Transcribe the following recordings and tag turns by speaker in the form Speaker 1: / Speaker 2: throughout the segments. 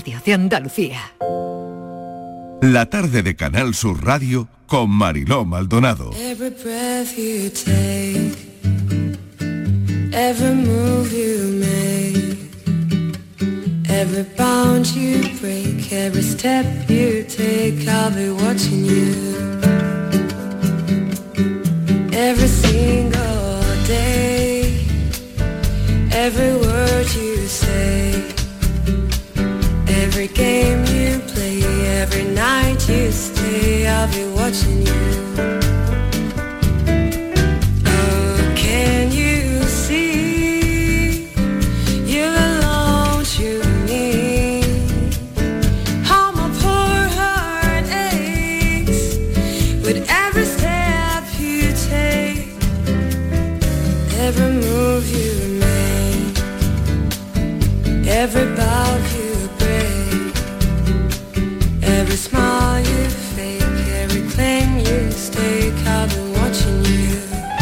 Speaker 1: de Andalucía.
Speaker 2: La tarde de Canal Sur Radio con Mariló Maldonado.
Speaker 3: Every breath you take, every move you make, every bound you break, every step you take, I'll be watching you. Every single day, every word you say, every game you play, every night you stay, I'll be watching you. Oh, can you see you're alone to me? How my poor heart aches with every step you take, every move you make, every bow you break, every smile you fake, every claim you stake, I've been watching you.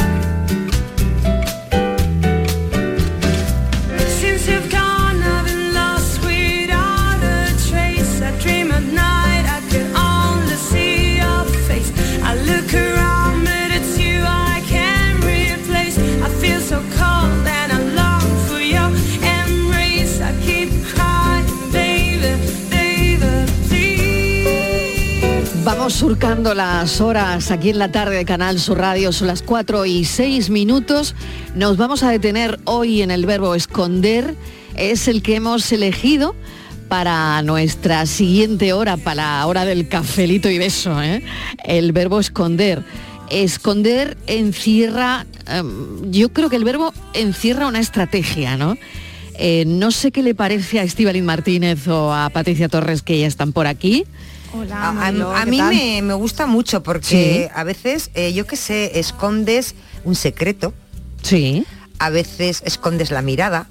Speaker 3: Since you've gone, I've been lost without a trace. I dream at night, I can only see your face. I look around, but it's you I can't replace. I feel so cold and I long for your embrace. I keep crying, baby, baby, please.
Speaker 1: Vamos surcando las horas aquí en la tarde de Canal Sur Radio, son las 4:06. Nos vamos a detener hoy en el verbo esconder, es el que hemos elegido para nuestra siguiente hora, para la hora del cafelito y beso, ¿eh? El verbo esconder. Esconder encierra, yo creo que el verbo encierra una estrategia, ¿no? No sé qué le parece a Estíbaliz Martínez o a Patricia Torres, que ya están por aquí.
Speaker 4: Hola, a mí me gusta mucho porque ¿sí? A veces, yo qué sé, escondes un secreto.
Speaker 1: Sí.
Speaker 4: A veces escondes la mirada.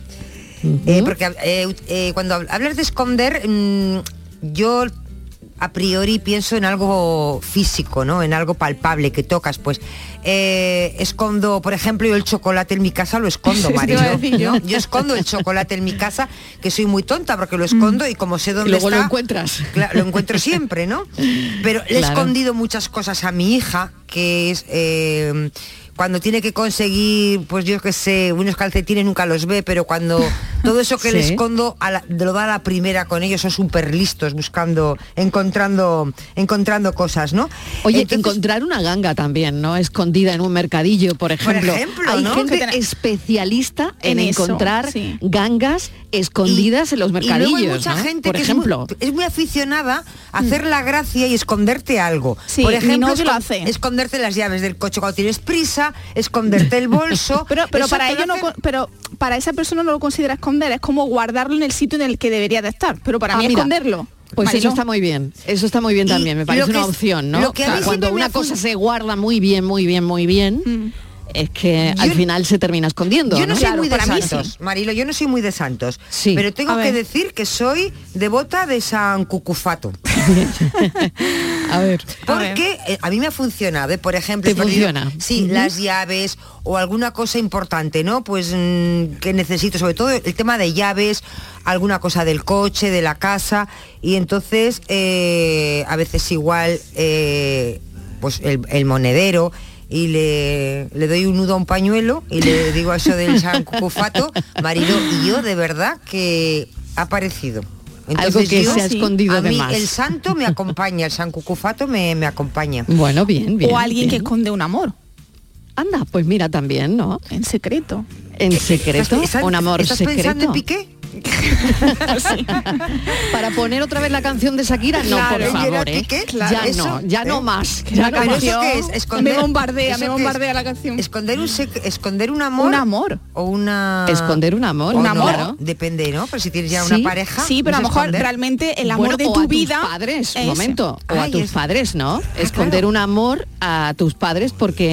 Speaker 4: Porque cuando hablas de esconder, yo a priori pienso en algo físico, ¿no? En algo palpable que tocas, pues escondo, por ejemplo, yo el chocolate en mi casa lo escondo, Mariló, ¿no? Yo escondo el chocolate en mi casa, que soy muy tonta porque lo escondo y como sé dónde
Speaker 1: luego
Speaker 4: está,
Speaker 1: lo encuentras.
Speaker 4: Claro, lo encuentro siempre, ¿no? Pero le he escondido muchas cosas a mi hija, que es cuando tiene que conseguir, pues yo qué sé, unos calcetines nunca los ve, pero cuando todo eso que le escondo lo da a la primera con ellos, son súper listos buscando, encontrando cosas, ¿no?
Speaker 1: Oye, entonces, encontrar una ganga también, ¿no? Escondida en un mercadillo, por ejemplo. Hay
Speaker 4: ¿no?
Speaker 1: gente enspecialista en encontrar gangas escondidas en los mercadillos.
Speaker 4: Y luego hay mucha gente
Speaker 1: por
Speaker 4: que
Speaker 1: ejemplo.
Speaker 4: Es muy aficionada a hacer la gracia y esconderte algo.
Speaker 5: Sí,
Speaker 4: por ejemplo,
Speaker 5: lo hace.
Speaker 4: Esconderte las llaves del coche cuando tienes prisa, esconderte el bolso.
Speaker 5: pero para ello pero para esa persona no lo considera esconder, es como guardarlo en el sitio en el que debería de estar. Pero para mí esconderlo.
Speaker 1: Pues
Speaker 5: Mariló.
Speaker 1: eso está muy bien, también, me parece una opción, ¿no? Cuando una cosa se guarda muy bien, es que al final se termina escondiendo.
Speaker 4: Yo no soy muy de
Speaker 5: para
Speaker 4: santos,
Speaker 5: sí.
Speaker 4: Marilo, yo no soy muy de santos, pero tengo que decir que soy devota de San Cucufato.
Speaker 1: A ver.
Speaker 4: Porque a mí me ha funcionado, por ejemplo.
Speaker 1: ¿Te funciona?
Speaker 4: Sí, las llaves o alguna cosa importante, ¿no? Pues que necesito, sobre todo el tema de llaves, alguna cosa del coche, de la casa, y entonces a veces igual pues el monedero, y le doy un nudo a un pañuelo y le digo eso del San Cucufato, Mariló, y yo de verdad que ha parecido. Entonces,
Speaker 1: algo que se ha escondido de
Speaker 4: mí
Speaker 1: más.
Speaker 4: El santo me acompaña, el San Cucufato me acompaña.
Speaker 1: Bueno, bien.
Speaker 5: O alguien que esconde un amor.
Speaker 1: Anda, pues mira también, ¿no?
Speaker 5: En secreto.
Speaker 1: En secreto, un amor
Speaker 4: ¿estás
Speaker 1: secreto.
Speaker 4: pensando en Piqué?
Speaker 5: Sí.
Speaker 1: Para poner otra vez la canción de Shakira, no, por favor, ya no más.
Speaker 5: La canción
Speaker 4: ¿Eso qué es? ¿Esconder?
Speaker 5: me bombardea la canción.
Speaker 4: Esconder un amor.
Speaker 5: Un amor.
Speaker 4: O una...
Speaker 1: Esconder un amor.
Speaker 4: O
Speaker 5: un
Speaker 4: no,
Speaker 5: amor.
Speaker 4: claro. Depende, ¿no? Pero si tienes ya una pareja...
Speaker 5: Sí, pero a lo mejor realmente el amor de tu vida...
Speaker 1: O a tus padres, un
Speaker 5: ese.
Speaker 1: momento. O a tus padres, ¿no? Esconder un amor a tus padres porque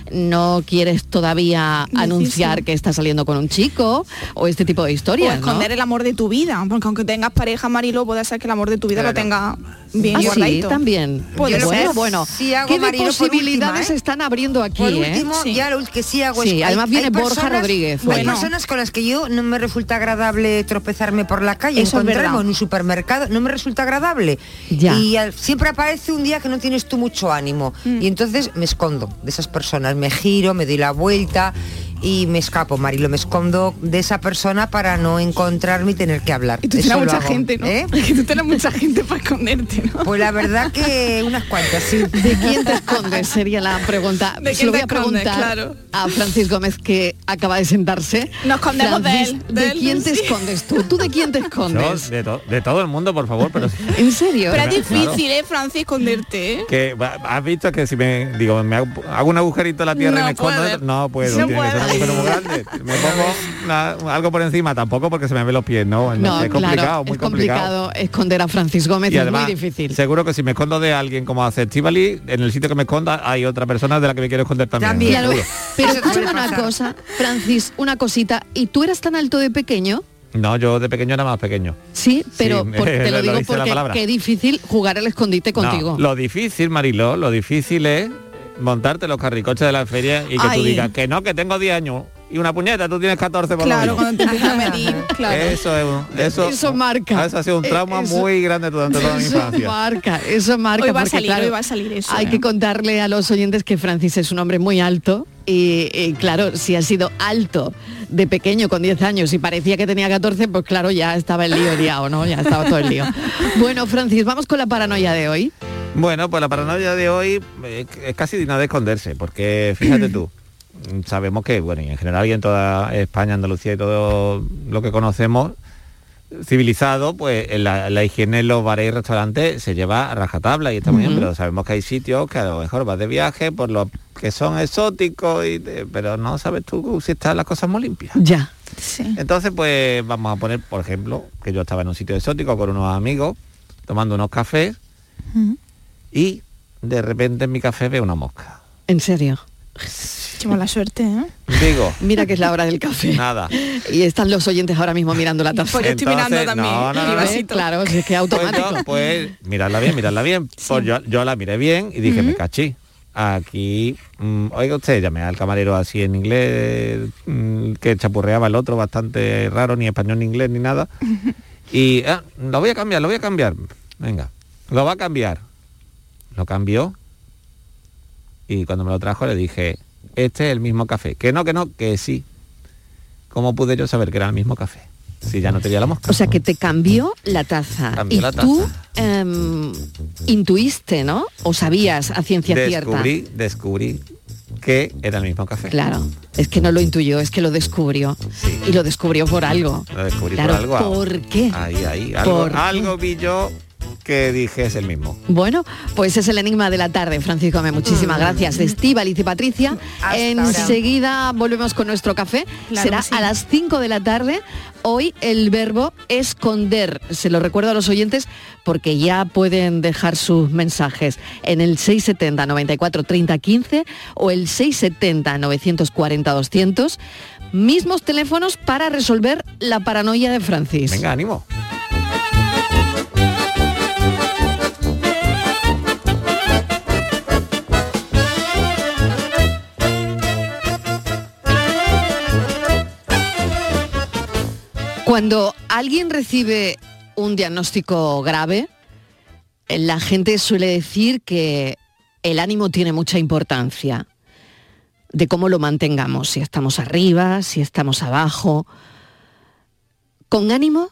Speaker 1: no quieres todavía anunciar que estás saliendo con un chico o este tipo de
Speaker 5: O
Speaker 1: historias,
Speaker 5: esconder
Speaker 1: ¿no?
Speaker 5: el amor de tu vida, porque aunque tengas pareja, Marilo, puede ser que el amor de tu vida lo tenga bien
Speaker 1: Ah, sí,
Speaker 5: guardadito.
Speaker 1: también.
Speaker 5: Puede ser.
Speaker 1: Bueno,
Speaker 4: Sí hago,
Speaker 1: ¿qué de
Speaker 4: Marilo, por
Speaker 1: posibilidades
Speaker 4: última,
Speaker 1: están abriendo aquí,
Speaker 4: Por último,
Speaker 5: Sí.
Speaker 4: ya lo que sí hago
Speaker 1: Sí,
Speaker 4: es...
Speaker 1: además viene Borja
Speaker 4: personas-
Speaker 1: Rodríguez.
Speaker 4: Hay
Speaker 5: Bueno.
Speaker 4: personas con las que yo no me resulta agradable tropezarme por la calle,
Speaker 5: Eso es
Speaker 4: encontrarme
Speaker 5: verdad.
Speaker 4: en un supermercado, no me resulta agradable.
Speaker 1: Ya.
Speaker 4: Y siempre aparece un día que no tienes tú mucho ánimo. Y entonces me escondo de esas personas, me giro, me doy la vuelta y me escapo, Marilo, me escondo de esa persona para no encontrarme y tener que hablar.
Speaker 5: Y tú
Speaker 4: Eso
Speaker 5: tienes
Speaker 4: lo
Speaker 5: mucha
Speaker 4: hago.
Speaker 5: gente, ¿no?
Speaker 4: ¿Eh?
Speaker 5: Que tú tienes mucha gente para esconderte, ¿no?
Speaker 4: Pues la verdad que unas cuantas, sí.
Speaker 1: ¿De quién te escondes? Sería la pregunta.
Speaker 5: ¿De
Speaker 1: Se
Speaker 5: quién
Speaker 1: lo voy
Speaker 5: te
Speaker 1: a preguntar
Speaker 5: escondes? Claro.
Speaker 1: a Francis Gómez, que acaba de sentarse.
Speaker 5: Nos escondemos de
Speaker 1: Francis,
Speaker 5: él,
Speaker 1: ¿De
Speaker 5: de él,
Speaker 1: quién te
Speaker 5: sí.
Speaker 1: escondes tú? ¿Tú de quién te
Speaker 6: Yo,
Speaker 1: escondes?
Speaker 6: de todo el mundo, por favor, pero
Speaker 1: ¿En serio?
Speaker 5: Pero es
Speaker 6: Claro.
Speaker 5: difícil, Francis, esconderte, ¿eh?
Speaker 6: que has visto que si me hago un agujerito en la tierra
Speaker 5: No
Speaker 6: y me escondo,
Speaker 5: puede.
Speaker 6: no puedo,
Speaker 5: No
Speaker 6: tiene que ser un
Speaker 5: puede.
Speaker 6: agujero muy grande. Me pongo algo por encima, tampoco porque se me ven los pies, no,
Speaker 1: No,
Speaker 6: es complicado,
Speaker 1: claro,
Speaker 6: muy
Speaker 1: es complicado esconder a Francis Gómez,
Speaker 6: Y
Speaker 1: es
Speaker 6: además,
Speaker 1: muy difícil.
Speaker 6: seguro que si me escondo de alguien como hace Estíbaliz, en el sitio que me esconda hay otra persona de la que me quiero esconder también.
Speaker 4: También.
Speaker 1: Claro,
Speaker 6: seguro.
Speaker 1: pero
Speaker 4: Eso te
Speaker 1: escúchame
Speaker 4: puede
Speaker 1: una
Speaker 4: pasar.
Speaker 1: cosa, Francis, una cosita. ¿Y tú eras tan alto de pequeño?
Speaker 6: No, yo de pequeño era más pequeño.
Speaker 1: Sí, pero
Speaker 6: Sí,
Speaker 1: te lo
Speaker 6: lo
Speaker 1: digo
Speaker 6: dice la
Speaker 1: porque
Speaker 6: palabra.
Speaker 1: qué difícil jugar al escondite contigo.
Speaker 6: No, lo difícil, Mariló, lo difícil es montarte los carricoches de la feria y que tú
Speaker 5: Ay.
Speaker 6: digas que no, que tengo 10 años y una puñeta, tú tienes 14 por lo
Speaker 5: Claro,
Speaker 6: menos.
Speaker 5: cuando te empiezas a medir, claro.
Speaker 1: Eso marca.
Speaker 6: Eso ha sido un trauma
Speaker 1: Eso-
Speaker 6: muy grande durante toda mi
Speaker 1: Eso
Speaker 6: infancia.
Speaker 1: marca, eso marca.
Speaker 5: Hoy va a
Speaker 1: porque,
Speaker 5: salir,
Speaker 1: claro,
Speaker 5: hoy va a salir eso,
Speaker 1: Hay
Speaker 5: ¿eh?
Speaker 1: que contarle a los oyentes que Francis es un hombre muy alto y claro, si ha sido alto de pequeño con 10 años y parecía que tenía 14, pues claro, ya estaba el lío liado, ¿no? Ya estaba todo el lío. Bueno, Francis, vamos con la paranoia de hoy.
Speaker 6: Bueno, pues la paranoia de hoy es casi digna de esconderse, porque fíjate tú, sabemos que, bueno, y en general y en toda España, Andalucía y todo lo que conocemos, civilizado, pues la higiene en los bares y restaurantes se lleva a rajatabla y está muy bien, pero sabemos que hay sitios que a lo mejor vas de viaje por los que son exóticos, pero no sabes tú si están las cosas muy limpias.
Speaker 1: Ya.
Speaker 5: Sí.
Speaker 6: Entonces, pues vamos a poner, por ejemplo, que yo estaba en un sitio exótico con unos amigos, tomando unos cafés, y de repente en mi café veo una mosca.
Speaker 1: En serio.
Speaker 5: Qué mala suerte, ¿eh?
Speaker 6: Digo,
Speaker 1: Mira que es la hora del café.
Speaker 6: nada.
Speaker 1: Y están los oyentes ahora mismo mirando la taza.
Speaker 5: Pues yo estoy mirando
Speaker 6: Entonces,
Speaker 5: también
Speaker 6: no, no,
Speaker 5: mi
Speaker 6: no,
Speaker 5: vasito.
Speaker 1: Claro, si es que es
Speaker 6: Pues,
Speaker 1: automático.
Speaker 6: pues miradla bien. Pues yo la miré bien y dije, me cachí. Aquí, oiga usted, llamé al camarero así en inglés, que chapurreaba el otro bastante raro, ni español ni inglés ni nada. Y lo voy a cambiar. Venga, lo va a cambiar. Lo cambió. Y cuando me lo trajo le dije, este es el mismo café. Que no, que sí. ¿Cómo pude yo saber que era el mismo café? Si ya no tenía la mosca.
Speaker 1: O sea, que te cambió la taza.
Speaker 6: Cambió
Speaker 1: y
Speaker 6: la
Speaker 1: tú
Speaker 6: taza.
Speaker 1: intuiste, ¿no? O sabías a ciencia cierta.
Speaker 6: Descubrí que era el mismo café.
Speaker 1: Claro, es que no lo intuyó, es que lo descubrió.
Speaker 6: Sí.
Speaker 1: Y lo descubrió por algo.
Speaker 6: Lo descubrí
Speaker 1: Claro,
Speaker 6: por algo.
Speaker 1: ¿por qué?
Speaker 6: Ahí.
Speaker 1: ¿Por qué?
Speaker 6: Algo vi yo que dije es el mismo.
Speaker 1: Bueno, pues es el enigma de la tarde, Francisco Gómez. Muchísimas gracias. Estíbaliz y Patricia.
Speaker 4: Hasta
Speaker 1: Enseguida volvemos con nuestro café.
Speaker 5: Claro
Speaker 1: Será
Speaker 5: que sí.
Speaker 1: a las 5 de la tarde. Hoy el verbo esconder. Se lo recuerdo a los oyentes porque ya pueden dejar sus mensajes en el 670 94 30 15 o el 670 940 200. Mismos teléfonos para resolver la paranoia de Francis.
Speaker 6: Venga, ánimo.
Speaker 1: Cuando alguien recibe un diagnóstico grave, la gente suele decir que el ánimo tiene mucha importancia, de cómo lo mantengamos, si estamos arriba, si estamos abajo. Con ánimo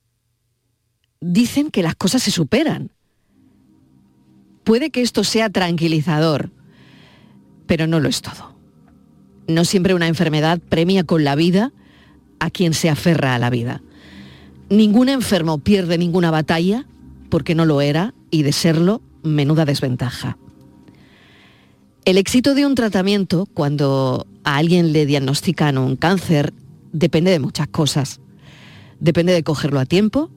Speaker 1: dicen que las cosas se superan. Puede que esto sea tranquilizador, pero no lo es todo. No siempre una enfermedad premia con la vida a quien se aferra a la vida. Ningún enfermo pierde ninguna batalla porque no lo era y de serlo, menuda desventaja. El éxito de un tratamiento, cuando a alguien le diagnostican un cáncer, depende de muchas cosas. Depende de cogerlo a tiempo,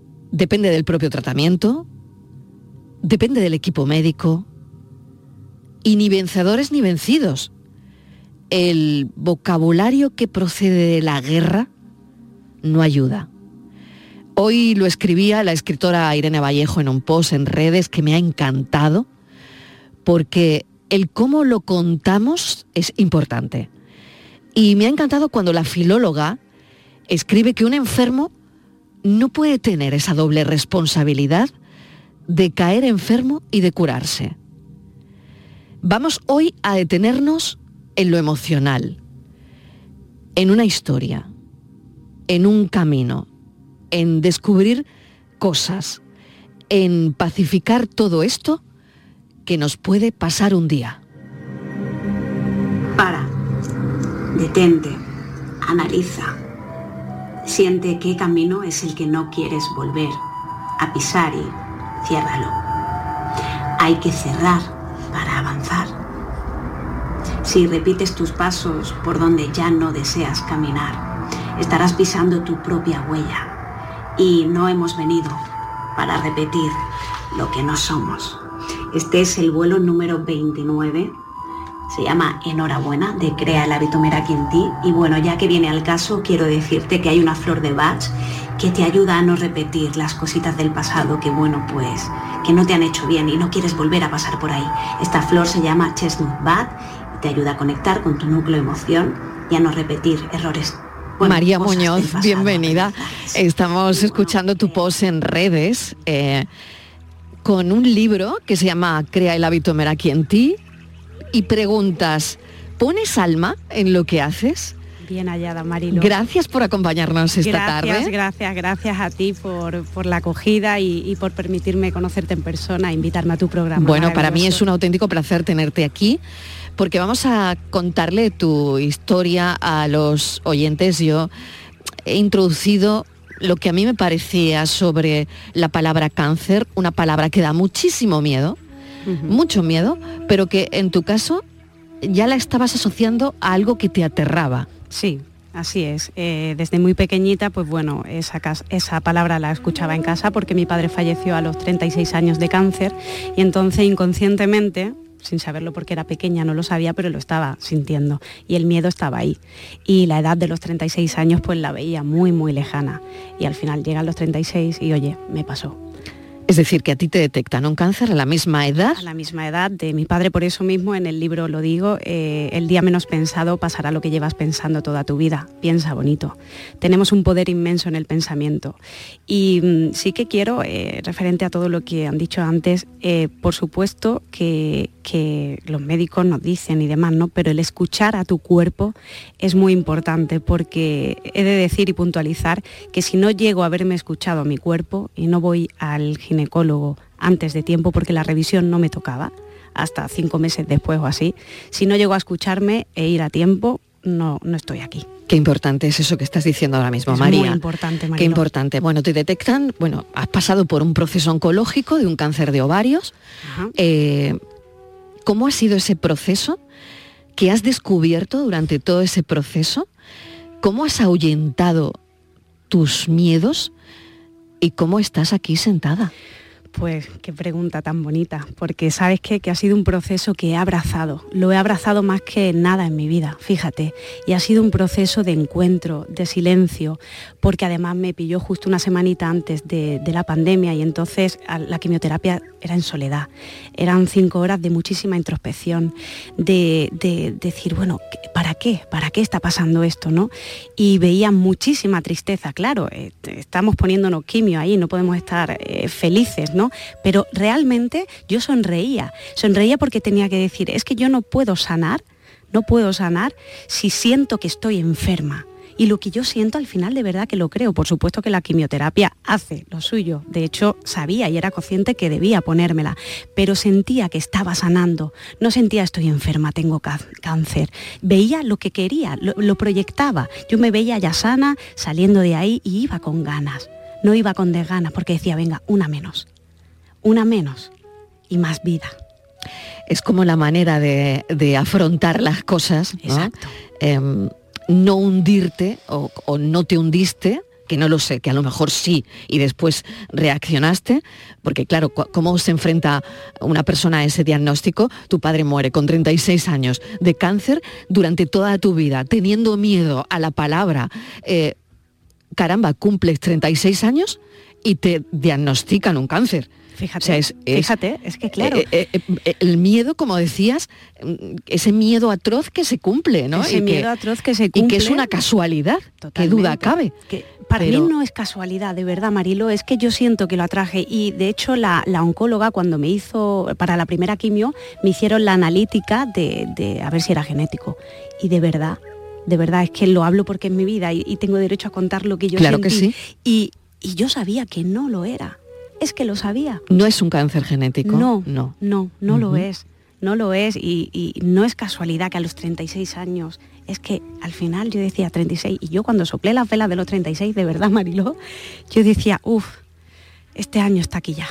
Speaker 1: depende del propio tratamiento, depende del equipo médico, y ni vencedores ni vencidos. El vocabulario que procede de la guerra no ayuda. Hoy lo escribía la escritora Irene Vallejo en un post en redes que me ha encantado, porque el cómo lo contamos es importante. Y me ha encantado cuando la filóloga escribe que un enfermo no puede tener esa doble responsabilidad de caer enfermo y de curarse. Vamos hoy a detenernos en lo emocional, en una historia, en un camino, en descubrir cosas, en pacificar todo esto que nos puede pasar un día.
Speaker 7: Para, detente, analiza, siente qué camino es el que no quieres volver a pisar y ciérralo. Hay que cerrar para avanzar. Si repites tus pasos por donde ya no deseas caminar, estarás pisando tu propia huella. Y no hemos venido para repetir lo que no somos. Este es el vuelo número 29. Se llama Enhorabuena, de Crea el hábito Meraki en ti. Y bueno, ya que viene al caso, quiero decirte que hay una flor de Bach que te ayuda a no repetir las cositas del pasado que, bueno, pues, que no te han hecho bien y no quieres volver a pasar por ahí. Esta flor se llama Chestnut Bud y te ayuda a conectar con tu núcleo de emoción y a no repetir errores. Bueno,
Speaker 1: María Muñoz, bienvenida. Estamos escuchando tu post en redes con un libro que se llama Crea el hábito Meraki en ti y preguntas, ¿pones alma en lo que haces?
Speaker 8: Bien hallada, Marilo.
Speaker 1: Gracias por acompañarnos esta tarde.
Speaker 8: Gracias a ti por la acogida y por permitirme conocerte en persona e invitarme a tu programa.
Speaker 1: Bueno, para mí es un auténtico placer tenerte aquí, porque vamos a contarle tu historia a los oyentes. Yo he introducido lo que a mí me parecía sobre la palabra cáncer, una palabra que da muchísimo miedo, mucho miedo, pero que en tu caso ya la estabas asociando a algo que te aterraba.
Speaker 8: Sí, así es. Desde muy pequeñita, pues bueno, esa palabra la escuchaba en casa porque mi padre falleció a los 36 años de cáncer y entonces inconscientemente, sin saberlo porque era pequeña, no lo sabía, pero lo estaba sintiendo y el miedo estaba ahí. Y la edad de los 36 años pues la veía muy, muy lejana y al final llegan los 36 y oye, me pasó.
Speaker 1: Es decir, que a ti te detectan un cáncer a la misma edad.
Speaker 8: A la misma edad de mi padre, por eso mismo en el libro lo digo, el día menos pensado pasará lo que llevas pensando toda tu vida. Piensa bonito. Tenemos un poder inmenso en el pensamiento. Y sí que quiero, referente a todo lo que han dicho antes, por supuesto que los médicos nos dicen y demás, ¿no? Pero el escuchar a tu cuerpo es muy importante porque he de decir y puntualizar que si no llego a haberme escuchado a mi cuerpo y no voy al ginecólogo antes de tiempo porque la revisión no me tocaba, hasta 5 meses después o así, si no llego a escucharme e ir a tiempo, no estoy aquí.
Speaker 1: Qué importante es eso que estás diciendo ahora mismo,
Speaker 8: es
Speaker 1: María.
Speaker 8: Muy importante, María.
Speaker 1: Qué importante. Bueno, te detectan, bueno, has pasado por un proceso oncológico de un cáncer de ovarios. ¿Cómo ha sido ese proceso? ¿Qué has descubierto durante todo ese proceso? ¿Cómo has ahuyentado tus miedos? ¿Y cómo estás aquí sentada?
Speaker 8: Pues qué pregunta tan bonita, porque sabes qué? Que ha sido un proceso que he abrazado, lo he abrazado más que nada en mi vida, fíjate, y ha sido un proceso de encuentro, de silencio, porque además me pilló justo una semanita antes de la pandemia y entonces la quimioterapia era en soledad, eran 5 horas de muchísima introspección, de decir, bueno, ¿para qué? ¿Para qué está pasando esto, no? Y veía muchísima tristeza, claro, estamos poniéndonos quimio ahí, no podemos estar felices, ¿no? Pero realmente yo sonreía porque tenía que decir, es que yo no puedo sanar si siento que estoy enferma. Y lo que yo siento al final de verdad que lo creo. Por supuesto que la quimioterapia hace lo suyo. De hecho, sabía y era consciente que debía ponérmela. Pero sentía que estaba sanando. No sentía estoy enferma, tengo cáncer. Veía lo que quería, lo proyectaba. Yo me veía ya sana, saliendo de ahí y iba con ganas. No iba con desganas porque decía, venga, una menos y más vida.
Speaker 1: Es como la manera de afrontar las cosas, ¿no?
Speaker 8: Exacto.
Speaker 1: No hundirte o no te hundiste, que no lo sé, que a lo mejor sí, y después reaccionaste, porque claro, ¿cómo se enfrenta una persona a ese diagnóstico? Tu padre muere con 36 años de cáncer durante toda tu vida, teniendo miedo a la palabra, caramba, cumples 36 años y te diagnostican un cáncer.
Speaker 8: Fíjate,
Speaker 1: o sea,
Speaker 8: fíjate, es que claro.
Speaker 1: El miedo, como decías, ese miedo atroz que se cumple, ¿no?
Speaker 8: Ese miedo atroz que se cumple.
Speaker 1: Y que es una casualidad, qué duda cabe.
Speaker 8: Que para mí no es casualidad, de verdad, Marilo, es que yo siento que lo atraje. Y de hecho la oncóloga, cuando me hizo, para la primera quimio, me hicieron la analítica de a ver si era genético. Y de verdad, es que lo hablo porque es mi vida y tengo derecho a contar lo que yo
Speaker 1: claro
Speaker 8: sentí.
Speaker 1: Que sí.
Speaker 8: Y yo sabía que no lo era. Es que lo sabía.
Speaker 1: ¿No es un cáncer genético?
Speaker 8: No
Speaker 1: Uh-huh.
Speaker 8: lo es. No lo es y no es casualidad que a los 36 años, es que al final yo decía 36 y yo cuando soplé las velas de los 36, de verdad, Mariló, yo decía, este año está aquí ya.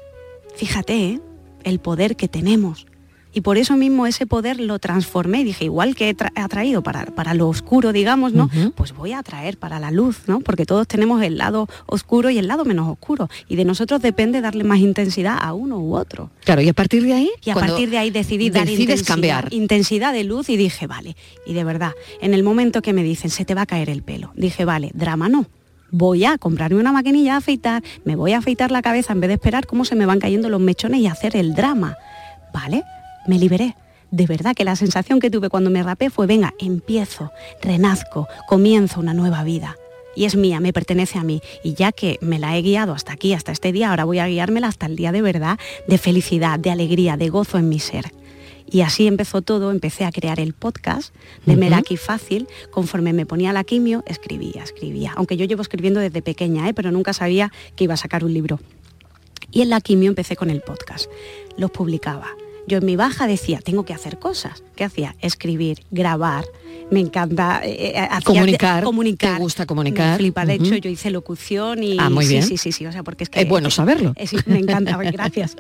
Speaker 8: Fíjate, el poder que tenemos. Y por eso mismo ese poder lo transformé y dije, igual que he atraído para lo oscuro, digamos, ¿no? Uh-huh. Pues voy a atraer para la luz, ¿no? Porque todos tenemos el lado oscuro y el lado menos oscuro. Y de nosotros depende darle más intensidad a uno u otro.
Speaker 1: Claro, y a partir de ahí...
Speaker 8: Y a partir de ahí decidí dar intensidad de luz y dije, vale. Y de verdad, en el momento que me dicen, se te va a caer el pelo, dije, vale, drama no. Voy a comprarme una maquinilla a afeitar, me voy a afeitar la cabeza en vez de esperar cómo se me van cayendo los mechones y hacer el drama. ¿Vale? Me liberé. De verdad que la sensación que tuve cuando me rapé fue, venga, empiezo, renazco, comienzo una nueva vida. Y es mía, me pertenece a mí. Y ya que me la he guiado hasta aquí, hasta este día, ahora voy a guiármela hasta el día de verdad, de felicidad, de alegría, de gozo en mi ser. Y así empezó todo, empecé a crear el podcast de Meraki Fácil. Conforme me ponía la quimio, escribía. Aunque yo llevo escribiendo desde pequeña, pero nunca sabía que iba a sacar un libro. Y en la quimio empecé con el podcast. Los publicaba. Yo en mi baja decía, tengo que hacer cosas. ¿Qué hacía? Escribir, grabar. Me encanta
Speaker 1: comunicar. ¿Te gusta comunicar?
Speaker 8: Me flipa. De hecho, yo hice locución y...
Speaker 1: muy bien.
Speaker 8: Sí. O sea, porque es que...
Speaker 1: Es bueno saberlo.
Speaker 8: Me encanta, gracias.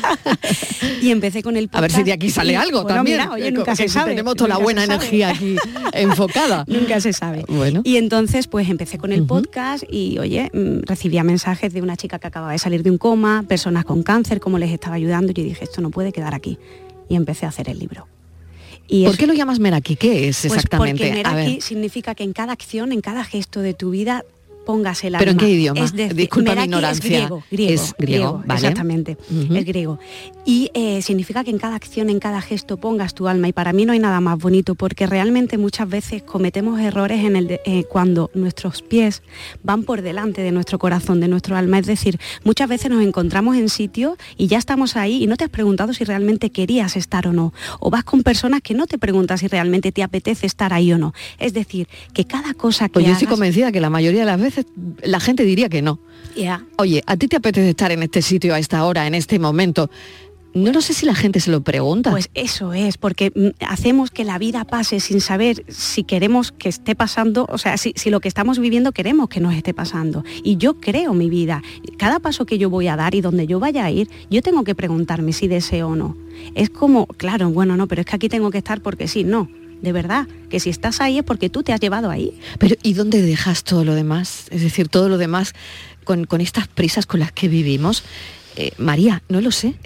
Speaker 8: Y empecé con el podcast.
Speaker 1: A ver si de aquí sale algo también.
Speaker 8: Mira, oye, nunca se sabe.
Speaker 1: Tenemos toda la buena energía aquí enfocada.
Speaker 8: Nunca se sabe.
Speaker 1: Bueno.
Speaker 8: Y entonces, pues empecé con el podcast y, oye, recibía mensajes de una chica que acababa de salir de un coma, personas con cáncer, cómo les estaba ayudando. Y yo dije, esto no puede quedar aquí. Y empecé a hacer el libro.
Speaker 1: ¿Por qué lo llamas Meraki? ¿Qué es exactamente?
Speaker 8: Pues porque Meraki significa que en cada acción, en cada gesto de tu vida, pongas el alma.
Speaker 1: ¿Pero en qué idioma?
Speaker 8: Es decir,
Speaker 1: disculpa
Speaker 8: Meraki
Speaker 1: mi ignorancia.
Speaker 8: Es griego,
Speaker 1: vale.
Speaker 8: Exactamente, es griego. Y significa que en cada acción, en cada gesto pongas tu alma. Y para mí no hay nada más bonito, porque realmente muchas veces cometemos errores cuando nuestros pies van por delante de nuestro corazón, de nuestro alma. Es decir, muchas veces nos encontramos en sitios y ya estamos ahí y no te has preguntado si realmente querías estar o no. O vas con personas que no te preguntas si realmente te apetece estar ahí o no. Es decir, que cada cosa que
Speaker 1: yo
Speaker 8: hagas...
Speaker 1: estoy convencida que la mayoría de las veces la gente diría que no.
Speaker 8: Yeah.
Speaker 1: Oye, ¿a ti te apetece estar en este sitio a esta hora, en este momento? No lo sé si la gente se lo pregunta.
Speaker 8: Pues eso es, porque hacemos que la vida pase sin saber si queremos que esté pasando, o sea, si lo que estamos viviendo queremos que nos esté pasando. Y yo creo mi vida. Cada paso que yo voy a dar y donde yo vaya a ir, yo tengo que preguntarme si deseo o no. Es como, claro, bueno, no, pero es que aquí tengo que estar porque sí, no. De verdad, que si estás ahí es porque tú te has llevado ahí.
Speaker 1: Pero ¿y dónde dejas todo lo demás? Es decir, todo lo demás con estas prisas con las que vivimos. María, no lo sé.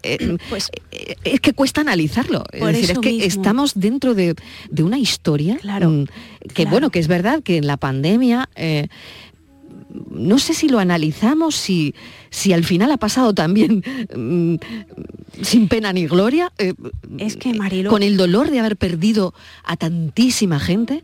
Speaker 1: Es que cuesta analizarlo. Es decir, es que mismo. Estamos dentro de una historia que es verdad que en la pandemia... no sé si lo analizamos, si al final ha pasado también sin pena ni gloria,
Speaker 8: es que Marilo,
Speaker 1: con el dolor de haber perdido a tantísima gente,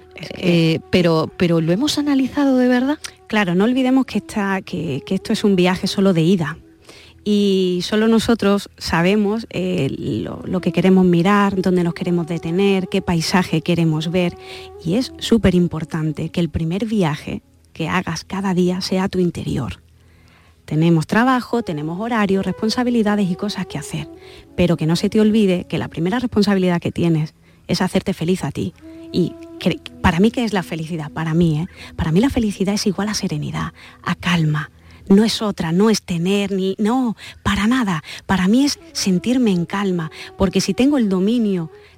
Speaker 1: pero ¿lo hemos analizado de verdad?
Speaker 8: Claro, no olvidemos que esto es un viaje solo de ida. Y solo nosotros sabemos lo que queremos mirar, dónde nos queremos detener, qué paisaje queremos ver. Y es súper importante que el primer viaje que hagas cada día sea tu interior. Tenemos trabajo, tenemos horarios, responsabilidades y cosas que hacer, pero que no se te olvide que la primera responsabilidad que tienes es hacerte feliz a ti. Y para mí, ¿qué es la felicidad? Para mí la felicidad es igual a serenidad, a calma. No es otra, no es tener, no, para nada. Para mí es sentirme en calma, porque si tengo el dominio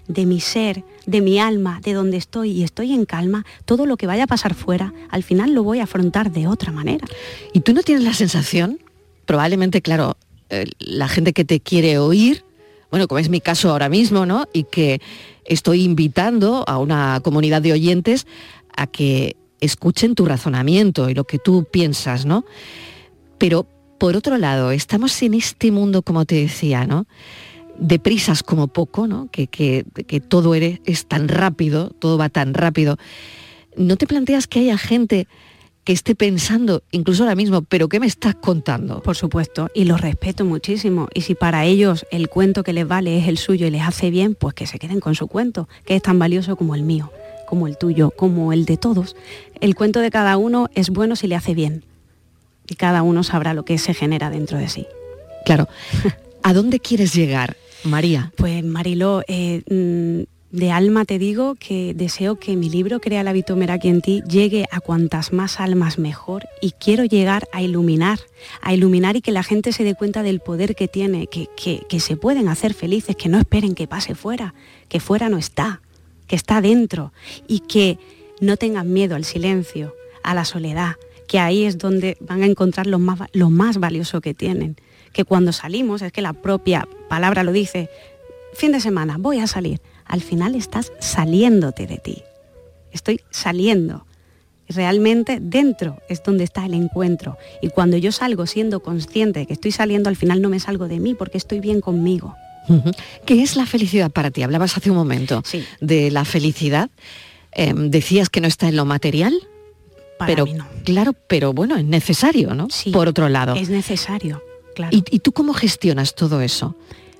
Speaker 8: de mi ser, de mi alma, de donde estoy y estoy en calma, todo lo que vaya a pasar fuera, al final lo voy a afrontar de otra manera.
Speaker 1: ¿Y tú no tienes la sensación, probablemente, claro, la gente que te quiere oír, bueno, como es mi caso ahora mismo, ¿no? Y que estoy invitando a una comunidad de oyentes a que escuchen tu razonamiento y lo que tú piensas, ¿no? Pero, por otro lado, estamos en este mundo, como te decía, ¿no? De prisas como poco, ¿no? Que todo es tan rápido, todo va tan rápido. ¿No te planteas que haya gente que esté pensando, incluso ahora mismo, pero qué me estás contando?
Speaker 8: Por supuesto, y los respeto muchísimo. Y si para ellos el cuento que les vale es el suyo y les hace bien, pues que se queden con su cuento, que es tan valioso como el mío, como el tuyo, como el de todos. El cuento de cada uno es bueno si le hace bien. Y cada uno sabrá lo que se genera dentro de sí.
Speaker 1: Claro. ¿A dónde quieres llegar, María?
Speaker 8: Pues Mariló, de alma te digo que deseo que mi libro Crea el hábito Meraki en ti llegue a cuantas más almas mejor, y quiero llegar a iluminar y que la gente se dé cuenta del poder que tiene, que se pueden hacer felices, que no esperen que pase fuera, que fuera no está, que está dentro, y que no tengan miedo al silencio, a la soledad, que ahí es donde van a encontrar lo más valioso que tienen. Que cuando salimos, es que la propia palabra lo dice, fin de semana, voy a salir. Al final estás saliéndote de ti. Estoy saliendo. Realmente dentro es donde está el encuentro. Y cuando yo salgo siendo consciente de que estoy saliendo, al final no me salgo de mí porque estoy bien conmigo.
Speaker 1: ¿Qué es la felicidad para ti? Hablabas hace un momento de la felicidad. Decías que no está en lo material.
Speaker 8: Para mí no.
Speaker 1: Claro, pero bueno, es necesario, ¿no?
Speaker 8: Sí,
Speaker 1: por otro lado.
Speaker 8: Es necesario, claro.
Speaker 1: ¿Y tú cómo gestionas todo eso?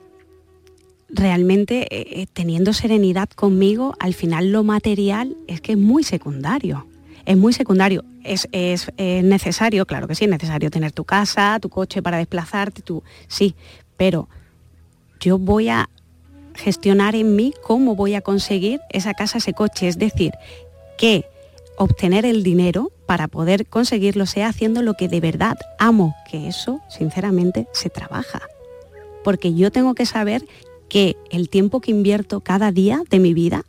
Speaker 8: Realmente, teniendo serenidad conmigo, al final lo material es que es muy secundario. Es muy secundario. Es necesario, claro que sí, es necesario tener tu casa, tu coche para desplazarte, sí, pero yo voy a gestionar en mí cómo voy a conseguir esa casa, ese coche. Es decir, que obtener el dinero para poder conseguirlo sea haciendo lo que de verdad amo, que eso, sinceramente, se trabaja. Porque yo tengo que saber que el tiempo que invierto cada día de mi vida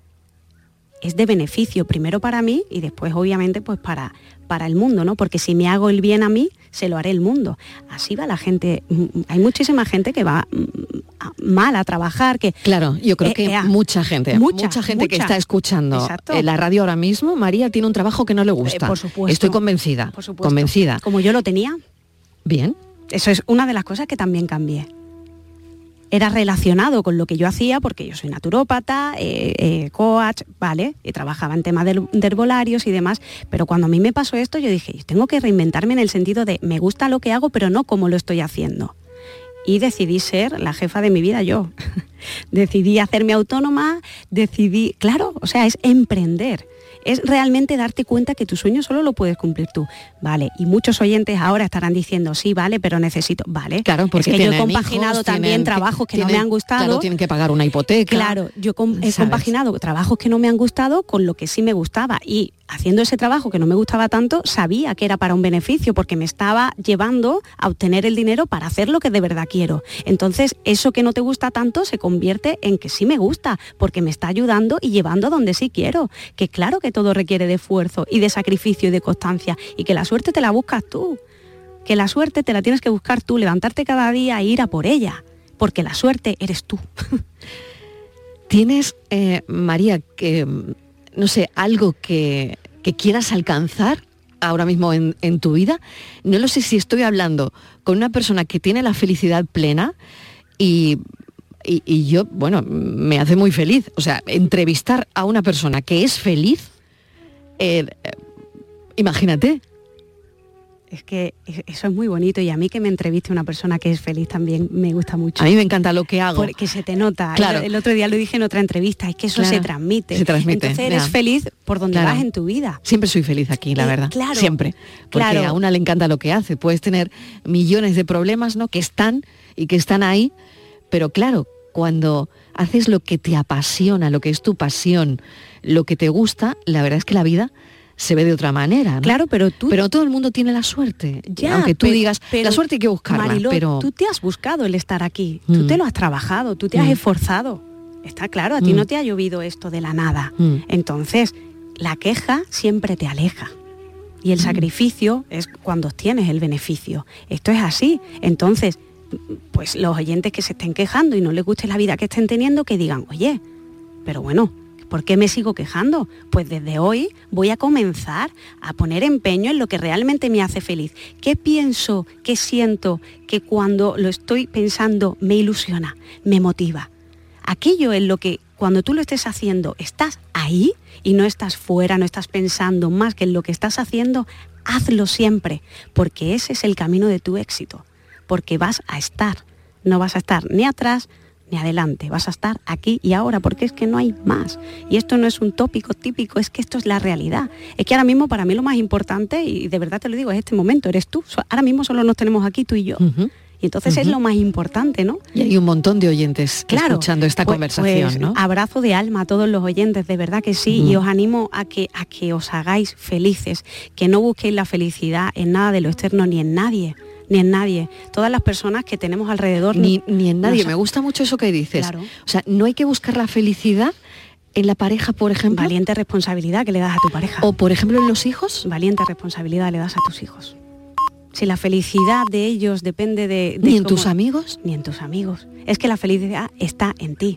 Speaker 8: es de beneficio, primero para mí y después, obviamente, pues para el mundo, ¿no? Porque si me hago el bien a mí, se lo haré el mundo. Así va la gente. Hay muchísima gente que va mal a trabajar, que...
Speaker 1: Claro, yo creo que mucha gente que está escuchando la radio ahora mismo, María, tiene un trabajo que no le gusta.
Speaker 8: Por supuesto.
Speaker 1: Estoy convencida.
Speaker 8: Por supuesto.
Speaker 1: Convencida.
Speaker 8: Como yo lo tenía.
Speaker 1: Bien.
Speaker 8: Eso es una de las cosas que también cambié. Era relacionado con lo que yo hacía, porque yo soy naturópata, coach, ¿vale? Y trabajaba en temas de herbolarios y demás, pero cuando a mí me pasó esto, yo dije, tengo que reinventarme en el sentido de, me gusta lo que hago, pero no cómo lo estoy haciendo. Y decidí ser la jefa de mi vida yo. Decidí hacerme autónoma, claro, o sea, es emprender. Es realmente darte cuenta que tu sueño solo lo puedes cumplir tú. Vale, y muchos oyentes ahora estarán diciendo, sí, vale, pero necesito, vale.
Speaker 1: Claro, porque
Speaker 8: es que yo he compaginado también trabajos que no me han gustado.
Speaker 1: Claro, tienen que pagar una hipoteca.
Speaker 8: Claro, yo he compaginado trabajos que no me han gustado con lo que sí me gustaba, y haciendo ese trabajo que no me gustaba tanto, sabía que era para un beneficio, porque me estaba llevando a obtener el dinero para hacer lo que de verdad quiero. Entonces, eso que no te gusta tanto se convierte en que sí me gusta, porque me está ayudando y llevando a donde sí quiero. Que claro que todo requiere de esfuerzo y de sacrificio y de constancia, y que la suerte te la buscas tú. Que la suerte te la tienes que buscar tú, levantarte cada día e ir a por ella, porque la suerte eres tú.
Speaker 1: ¿Tienes, María, que no sé, algo que quieras alcanzar ahora mismo en tu vida? No lo sé si estoy hablando con una persona que tiene la felicidad plena y yo, bueno, me hace muy feliz. O sea, entrevistar a una persona que es feliz, imagínate.
Speaker 8: Es que eso es muy bonito, y a mí que me entreviste una persona que es feliz también me gusta mucho.
Speaker 1: A mí me encanta lo que hago.
Speaker 8: Porque se te nota.
Speaker 1: Claro.
Speaker 8: El otro día lo dije en otra entrevista, es que eso se transmite.
Speaker 1: Se transmite.
Speaker 8: Entonces eres feliz por donde vas en tu vida.
Speaker 1: Siempre soy feliz aquí, la verdad.
Speaker 8: Claro.
Speaker 1: Siempre. Porque a una le encanta lo que hace. Puedes tener millones de problemas, ¿no? Que están ahí, pero claro, cuando haces lo que te apasiona, lo que es tu pasión, lo que te gusta, la verdad es que la vida se ve de otra manera, ¿no?
Speaker 8: Claro, pero todo
Speaker 1: el mundo tiene la suerte.
Speaker 8: Ya,
Speaker 1: aunque tú digas, la suerte hay que buscarla,
Speaker 8: Mariló,
Speaker 1: pero
Speaker 8: tú te has buscado el estar aquí, tú te lo has trabajado, tú te has esforzado. Está claro, a ti no te ha llovido esto de la nada. Entonces, la queja siempre te aleja. Y el sacrificio es cuando obtienes el beneficio. Esto es así. Entonces, pues los oyentes que se estén quejando y no les guste la vida que estén teniendo, que digan, oye, pero bueno, ¿por qué me sigo quejando? Pues desde hoy voy a comenzar a poner empeño en lo que realmente me hace feliz. ¿Qué pienso, qué siento, que cuando lo estoy pensando me ilusiona, me motiva? Aquello en lo que cuando tú lo estés haciendo estás ahí y no estás fuera, no estás pensando más que en lo que estás haciendo, hazlo siempre, porque ese es el camino de tu éxito, porque vas a estar, no vas a estar ni atrás ni adelante, vas a estar aquí y ahora, porque es que no hay más. Y esto no es un tópico típico, es que esto es la realidad. Es que ahora mismo para mí lo más importante, y de verdad te lo digo, es este momento, eres tú. Ahora mismo solo nos tenemos aquí tú y yo. Y entonces es lo más importante, ¿no?
Speaker 1: Y hay un montón de oyentes escuchando esta conversación, ¿no?
Speaker 8: Abrazo de alma a todos los oyentes, de verdad que sí. Y os animo a que os hagáis felices, que no busquéis la felicidad en nada de lo externo ni en nadie. Ni en nadie. Todas las personas que tenemos alrededor.
Speaker 1: Ni en nadie. Me gusta mucho eso que dices.
Speaker 8: Claro.
Speaker 1: O sea, no hay que buscar la felicidad en la pareja, por ejemplo.
Speaker 8: Valiente responsabilidad que le das a tu pareja.
Speaker 1: O, por ejemplo, en los hijos.
Speaker 8: Valiente responsabilidad le das a tus hijos. Si la felicidad de ellos depende de
Speaker 1: ¿Ni en tus amigos?
Speaker 8: Ni en tus amigos. Es que la felicidad está en ti.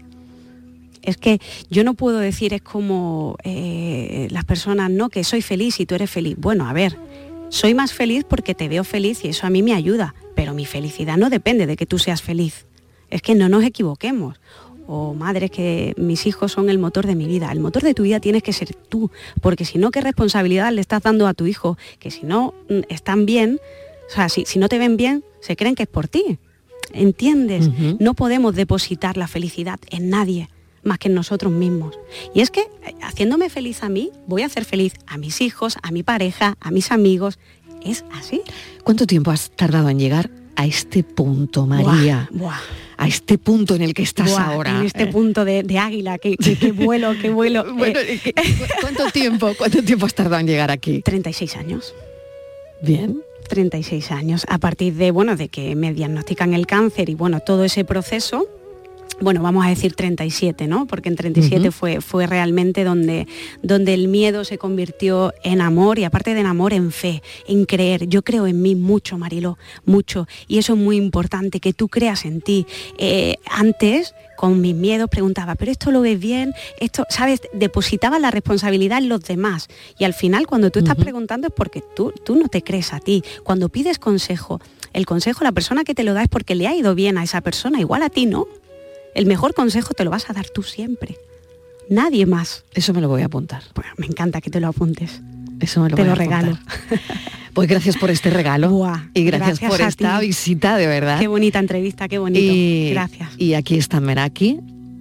Speaker 8: Es que yo no puedo decir, es como las personas, no, que soy feliz y tú eres feliz. Bueno, a ver, soy más feliz porque te veo feliz y eso a mí me ayuda, pero mi felicidad no depende de que tú seas feliz. Es que no nos equivoquemos. Madre, que mis hijos son el motor de mi vida. El motor de tu vida tienes que ser tú, porque si no, ¿qué responsabilidad le estás dando a tu hijo? Que si no están bien, o sea, si no te ven bien, se creen que es por ti. ¿Entiendes? No podemos depositar la felicidad en nadie más que en nosotros mismos. Y es que haciéndome feliz a mí, voy a hacer feliz a mis hijos, a mi pareja, a mis amigos. Es así.
Speaker 1: ¿Cuánto tiempo has tardado en llegar a este punto, María?
Speaker 8: Buah.
Speaker 1: A este punto en el que estás ahora.
Speaker 8: En este punto de águila, que vuelo, que vuelo.
Speaker 1: Bueno, ¿cuánto tiempo has tardado en llegar aquí?
Speaker 8: 36 años.
Speaker 1: Bien.
Speaker 8: 36 años. A partir de que me diagnostican el cáncer y todo ese proceso, vamos a decir 37, ¿no? Porque en 37 fue realmente donde el miedo se convirtió en amor, y aparte de en amor, en fe, en creer. Yo creo en mí mucho, Mariló, mucho, y eso es muy importante, que tú creas en ti. Antes, con mis miedos, preguntaba, ¿pero esto lo ves bien? Esto, ¿sabes? Depositaba la responsabilidad en los demás, y al final cuando tú estás preguntando es porque tú no te crees a ti. Cuando pides consejo, el consejo, la persona que te lo da es porque le ha ido bien a esa persona, igual a ti, ¿no? El mejor consejo te lo vas a dar tú siempre. Nadie más.
Speaker 1: Eso me lo voy a apuntar.
Speaker 8: Bueno, me encanta que te lo apuntes.
Speaker 1: Eso me lo
Speaker 8: te
Speaker 1: voy
Speaker 8: lo
Speaker 1: a apuntar.
Speaker 8: regalo.
Speaker 1: Pues gracias por este regalo.
Speaker 8: Buah,
Speaker 1: y gracias por esta visita, de verdad.
Speaker 8: Qué bonita entrevista, qué bonito. Gracias.
Speaker 1: Y aquí está Meraki.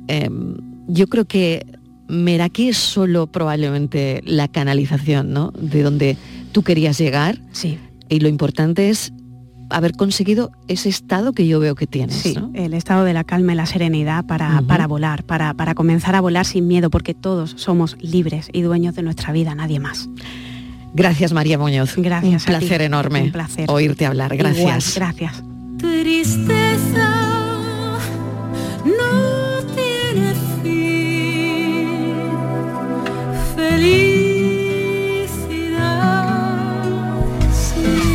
Speaker 1: Yo creo que Meraki es solo probablemente la canalización, ¿no? De donde tú querías llegar.
Speaker 8: Sí.
Speaker 1: Y lo importante es haber conseguido ese estado que yo veo que tienes.
Speaker 8: Sí,
Speaker 1: ¿no?
Speaker 8: el estado de la calma y la serenidad para volar, para comenzar a volar sin miedo, porque todos somos libres y dueños de nuestra vida, nadie más.
Speaker 1: Gracias, María Muñoz.
Speaker 8: Gracias.
Speaker 1: Un placer enorme.
Speaker 8: Un placer.
Speaker 1: Oírte hablar. Gracias.
Speaker 8: Igual, gracias.
Speaker 3: Tristeza no tiene fin. Felicidad sí.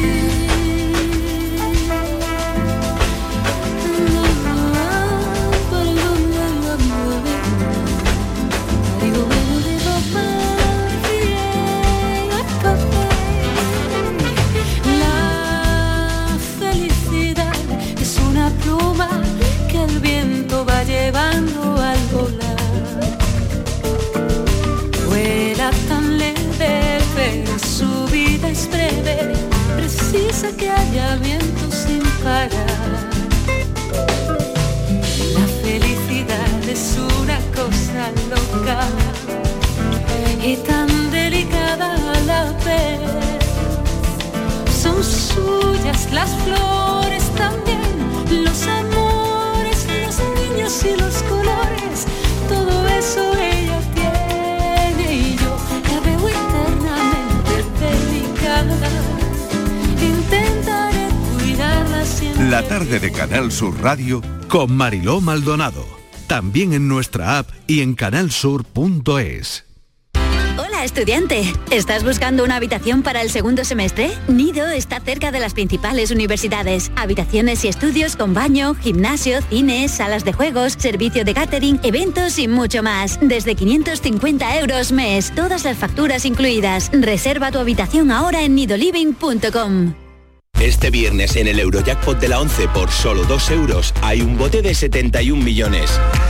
Speaker 3: La felicidad es una pluma que el viento va llevando al volar. Vuela tan leve, pero su vida es breve. Precisa que haya viento sin parar. La felicidad es una cosa loca y tan delicada a la vez. Son suyas las flores también, los amores, los niños y los colores. Todo eso ella tiene y yo la veo eternamente delicada. Intentaré cuidarla siempre.
Speaker 2: La tarde de Canal Sur Radio con Mariló Maldonado. también en nuestra app y en canalsur.es.
Speaker 9: Hola, estudiante. ¿Estás buscando una habitación para el segundo semestre? Nido está cerca de las principales universidades. Habitaciones y estudios con baño, gimnasio, cines, salas de juegos, servicio de catering, eventos y mucho más. Desde 550 euros mes. Todas las facturas incluidas. Reserva tu habitación ahora en nidoliving.com.
Speaker 10: Este viernes en el Eurojackpot de la 11 por solo 2 euros hay un bote de 71 millones.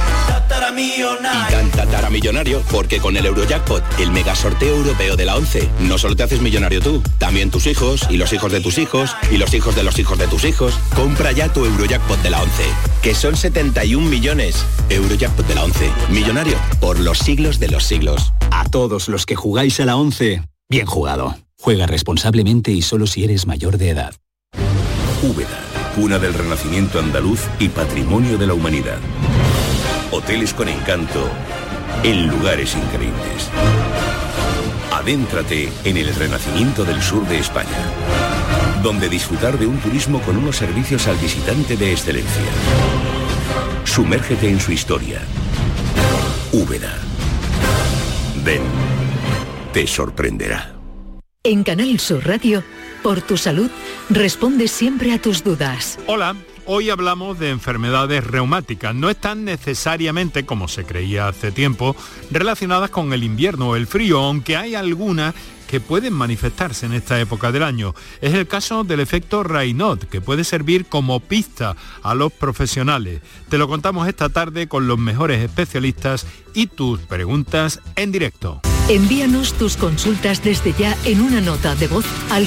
Speaker 10: Y tan tataramillonario porque con el Eurojackpot, el mega sorteo europeo de la 11, no solo te haces millonario tú, también tus hijos y los hijos de tus hijos y los hijos de los hijos de tus hijos. Compra ya tu Eurojackpot de la 11, que son 71 millones. Eurojackpot de la 11, millonario por los siglos de los siglos.
Speaker 11: A todos los que jugáis a la 11, bien jugado. Juega responsablemente y solo si eres mayor de edad.
Speaker 12: Úbeda, cuna del renacimiento andaluz y patrimonio de la humanidad. Hoteles con encanto en lugares increíbles. Adéntrate en el renacimiento del sur de España, donde disfrutar de un turismo con unos servicios al visitante de excelencia. Sumérgete en su historia. Úbeda. Ven, te sorprenderá.
Speaker 13: En Canal Sur Radio, por tu salud, responde siempre a tus dudas.
Speaker 14: Hola, hoy hablamos de enfermedades reumáticas. No están necesariamente, como se creía hace tiempo, relacionadas con el invierno o el frío, aunque hay algunas que pueden manifestarse en esta época del año. Es el caso del efecto Raynaud, que puede servir como pista a los profesionales. Te lo contamos esta tarde con los mejores especialistas y tus preguntas en directo.
Speaker 13: Envíanos tus consultas desde ya en una nota de voz al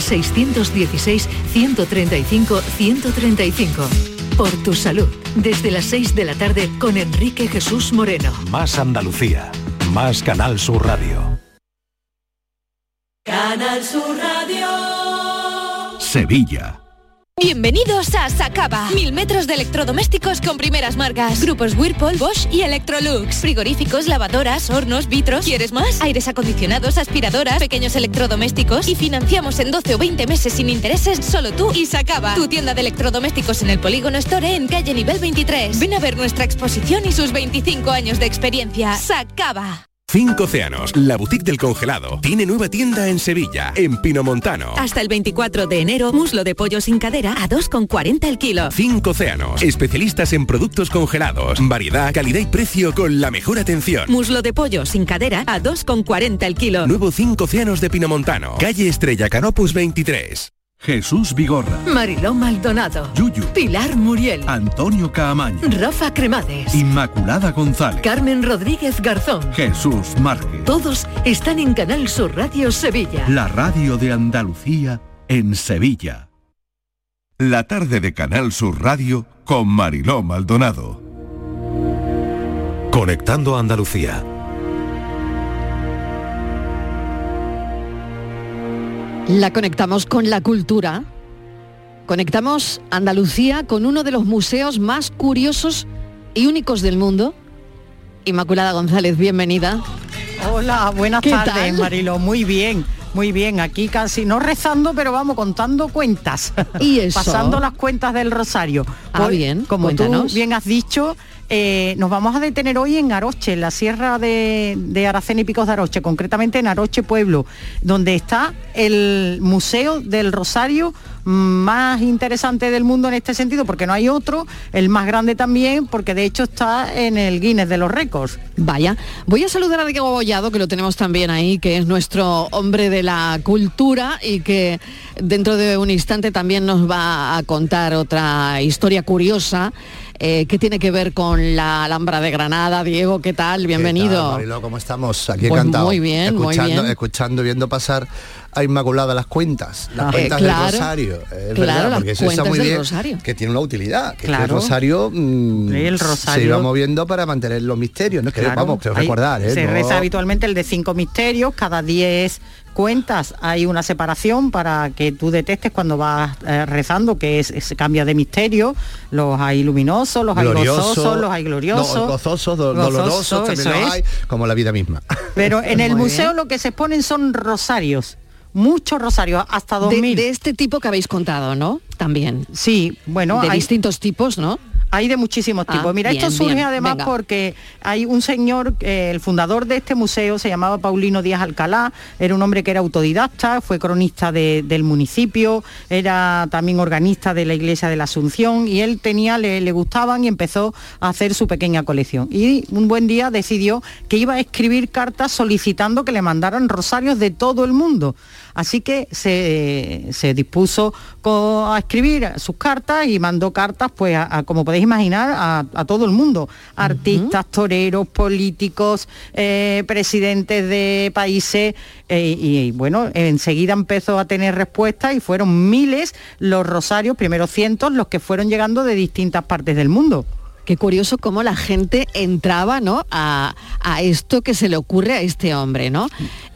Speaker 13: 616-135-135. Por tu salud, desde las 6 de la tarde con Enrique Jesús Moreno.
Speaker 15: Más Andalucía, más Canal Sur Radio.
Speaker 3: Canal Sur Radio.
Speaker 2: Sevilla.
Speaker 16: Bienvenidos a Sacaba. 1000 metros de electrodomésticos con primeras marcas. Grupos Whirlpool, Bosch y Electrolux. Frigoríficos, lavadoras, hornos, vitros. ¿Quieres más? Aires acondicionados, aspiradoras, pequeños electrodomésticos. Y financiamos en 12 o 20 meses sin intereses. Solo tú y Sacaba. Tu tienda de electrodomésticos en el Polígono Store en calle nivel 23. Ven a ver nuestra exposición y sus 25 años de experiencia. Sacaba.
Speaker 17: 5 Océanos, la boutique del congelado, tiene nueva tienda en Sevilla, en Pinomontano.
Speaker 13: Hasta el 24 de enero, muslo de pollo sin cadera a 2,40 el kilo.
Speaker 17: 5 Océanos, especialistas en productos congelados, variedad, calidad y precio con la mejor atención.
Speaker 13: Muslo de pollo sin cadera a 2,40 el kilo.
Speaker 17: Nuevo 5 Océanos de Pinomontano, calle Estrella Canopus 23.
Speaker 2: Jesús Vigorra,
Speaker 13: Mariló Maldonado,
Speaker 2: Yuyu,
Speaker 13: Pilar Muriel,
Speaker 2: Antonio Caamaño,
Speaker 13: Rafa Cremades,
Speaker 2: Inmaculada González,
Speaker 13: Carmen Rodríguez Garzón,
Speaker 2: Jesús Márquez.
Speaker 13: Todos están en Canal Sur Radio Sevilla.
Speaker 2: La radio de Andalucía en Sevilla. La tarde de Canal Sur Radio con Mariló Maldonado.
Speaker 15: Conectando a Andalucía.
Speaker 1: La conectamos con la cultura, conectamos Andalucía con uno de los museos más curiosos y únicos del mundo. Inmaculada González, bienvenida.
Speaker 18: Hola, buenas tardes, Marilo. Muy bien, aquí casi, no rezando, pero vamos, contando cuentas.
Speaker 1: ¿Y eso?
Speaker 18: Pasando las cuentas del rosario.
Speaker 1: Ah, bien,
Speaker 18: como
Speaker 1: cuéntanos.
Speaker 18: Tú bien has dicho, nos vamos a detener hoy en Aroche, en la sierra de Aracena y Picos de Aroche, concretamente en Aroche Pueblo, donde está el Museo del Rosario más interesante del mundo en este sentido, porque no hay otro, el más grande también, porque de hecho está en el Guinness de los récords.
Speaker 1: Vaya, voy a saludar a Diego Bollado, que lo tenemos también ahí, que es nuestro hombre de la cultura y que dentro de un instante también nos va a contar otra historia curiosa que tiene que ver con la Alhambra de Granada. Diego, ¿qué tal? Bienvenido.
Speaker 19: ¿Qué tal, Mariló? ¿Cómo estamos? Aquí
Speaker 1: pues
Speaker 19: encantado.
Speaker 1: Muy bien,
Speaker 19: escuchando, viendo pasar a Inmaculada las cuentas
Speaker 1: claro,
Speaker 19: del Rosario. Es verdad, porque eso está muy bien,
Speaker 1: Rosario.
Speaker 19: Que tiene una utilidad, que,
Speaker 18: claro.
Speaker 19: el Rosario,
Speaker 18: el Rosario
Speaker 19: se iba moviendo para mantener los misterios, ¿no?
Speaker 18: Claro.
Speaker 19: Vamos, quiero recordar.
Speaker 18: Se reza habitualmente el de 5 misterios, cada 10 cuentas hay una separación para que tú detectes cuando vas rezando que se cambia de misterio. Los hay luminosos, los hay gozosos, los hay gloriosos.
Speaker 19: No, gozosos, dolorosos, también los hay, como la vida misma.
Speaker 18: Pero en el museo lo que se exponen son rosarios. Muchos rosarios, hasta 2000.
Speaker 1: De este tipo que habéis contado, ¿no? También.
Speaker 18: Sí, bueno.
Speaker 1: De distintos tipos, ¿no?
Speaker 18: Hay de muchísimos tipos. Mira,
Speaker 1: bien,
Speaker 18: esto surge
Speaker 1: bien,
Speaker 18: además
Speaker 1: venga.
Speaker 18: porque hay un señor, el fundador de este museo se llamaba Paulino Díaz Alcalá, era un hombre que era autodidacta, fue cronista del municipio, era también organista de la iglesia de la Asunción, y él le gustaban y empezó a hacer su pequeña colección. Y un buen día decidió que iba a escribir cartas solicitando que le mandaran rosarios de todo el mundo. Así que se dispuso a escribir sus cartas y mandó cartas, pues, como podéis imaginar, a todo el mundo. Artistas, toreros, políticos, presidentes de países, y bueno, enseguida empezó a tener respuestas y fueron miles los rosarios, primero cientos, los que fueron llegando de distintas partes del mundo.
Speaker 1: Qué curioso cómo la gente entraba, ¿no?, a esto que se le ocurre a este hombre, ¿no?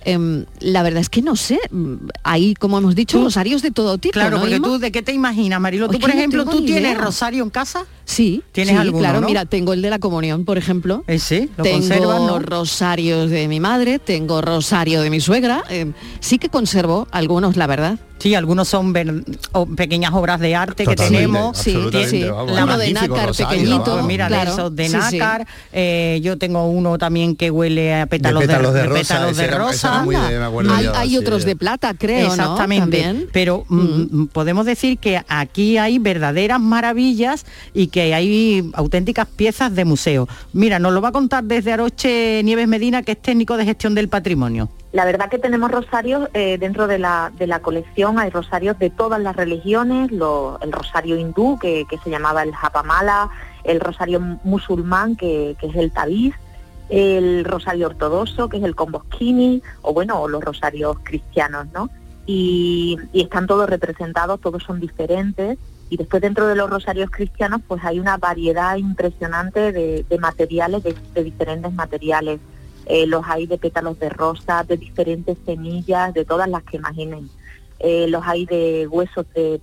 Speaker 1: La verdad es que no sé, hay, como hemos dicho, rosarios de todo tipo.
Speaker 18: Claro,
Speaker 1: ¿no,
Speaker 18: porque
Speaker 1: Inma?
Speaker 18: tú, ¿de qué te imaginas, Marilo? Tú, por ejemplo, ¿tú tienes rosario en casa?
Speaker 1: Sí,
Speaker 18: ¿Tienes
Speaker 1: sí,
Speaker 18: alguno,
Speaker 1: claro,
Speaker 18: no?
Speaker 1: mira, tengo el de la comunión, por ejemplo.
Speaker 18: Sí, lo
Speaker 1: tengo
Speaker 18: conservas, ¿no?
Speaker 1: rosarios de mi madre, tengo rosario de mi suegra. Sí que conservo algunos, la verdad.
Speaker 18: Sí, algunos son pequeñas obras de arte que
Speaker 19: Totalmente,
Speaker 18: tenemos.
Speaker 19: absolutamente, vamos,
Speaker 18: la
Speaker 1: uno de nácar pequeñito.
Speaker 18: Pues mira,
Speaker 1: claro,
Speaker 18: de esos de
Speaker 1: sí,
Speaker 18: nácar. Yo tengo uno también que huele a pétalos de
Speaker 19: rosa.
Speaker 18: pétalos de rosa.
Speaker 1: Hay otros de plata, creo,
Speaker 18: exactamente.
Speaker 1: ¿no? También.
Speaker 18: Pero podemos decir que aquí hay verdaderas maravillas y que hay auténticas piezas de museo. Mira, nos lo va a contar desde Aroche Nieves Medina, que es técnico de gestión del patrimonio.
Speaker 20: La verdad que tenemos rosarios dentro de la colección, hay rosarios de todas las religiones, el rosario hindú, que se llamaba el Japamala, el rosario musulmán, que es el tabiz, el rosario ortodoxo, que es el komboskini, o los rosarios cristianos, ¿no? Y están todos representados, todos son diferentes, y después dentro de los rosarios cristianos pues hay una variedad impresionante de materiales, de diferentes materiales. Los hay de pétalos de rosa, de diferentes semillas, de todas las que imaginen. Los hay de huesos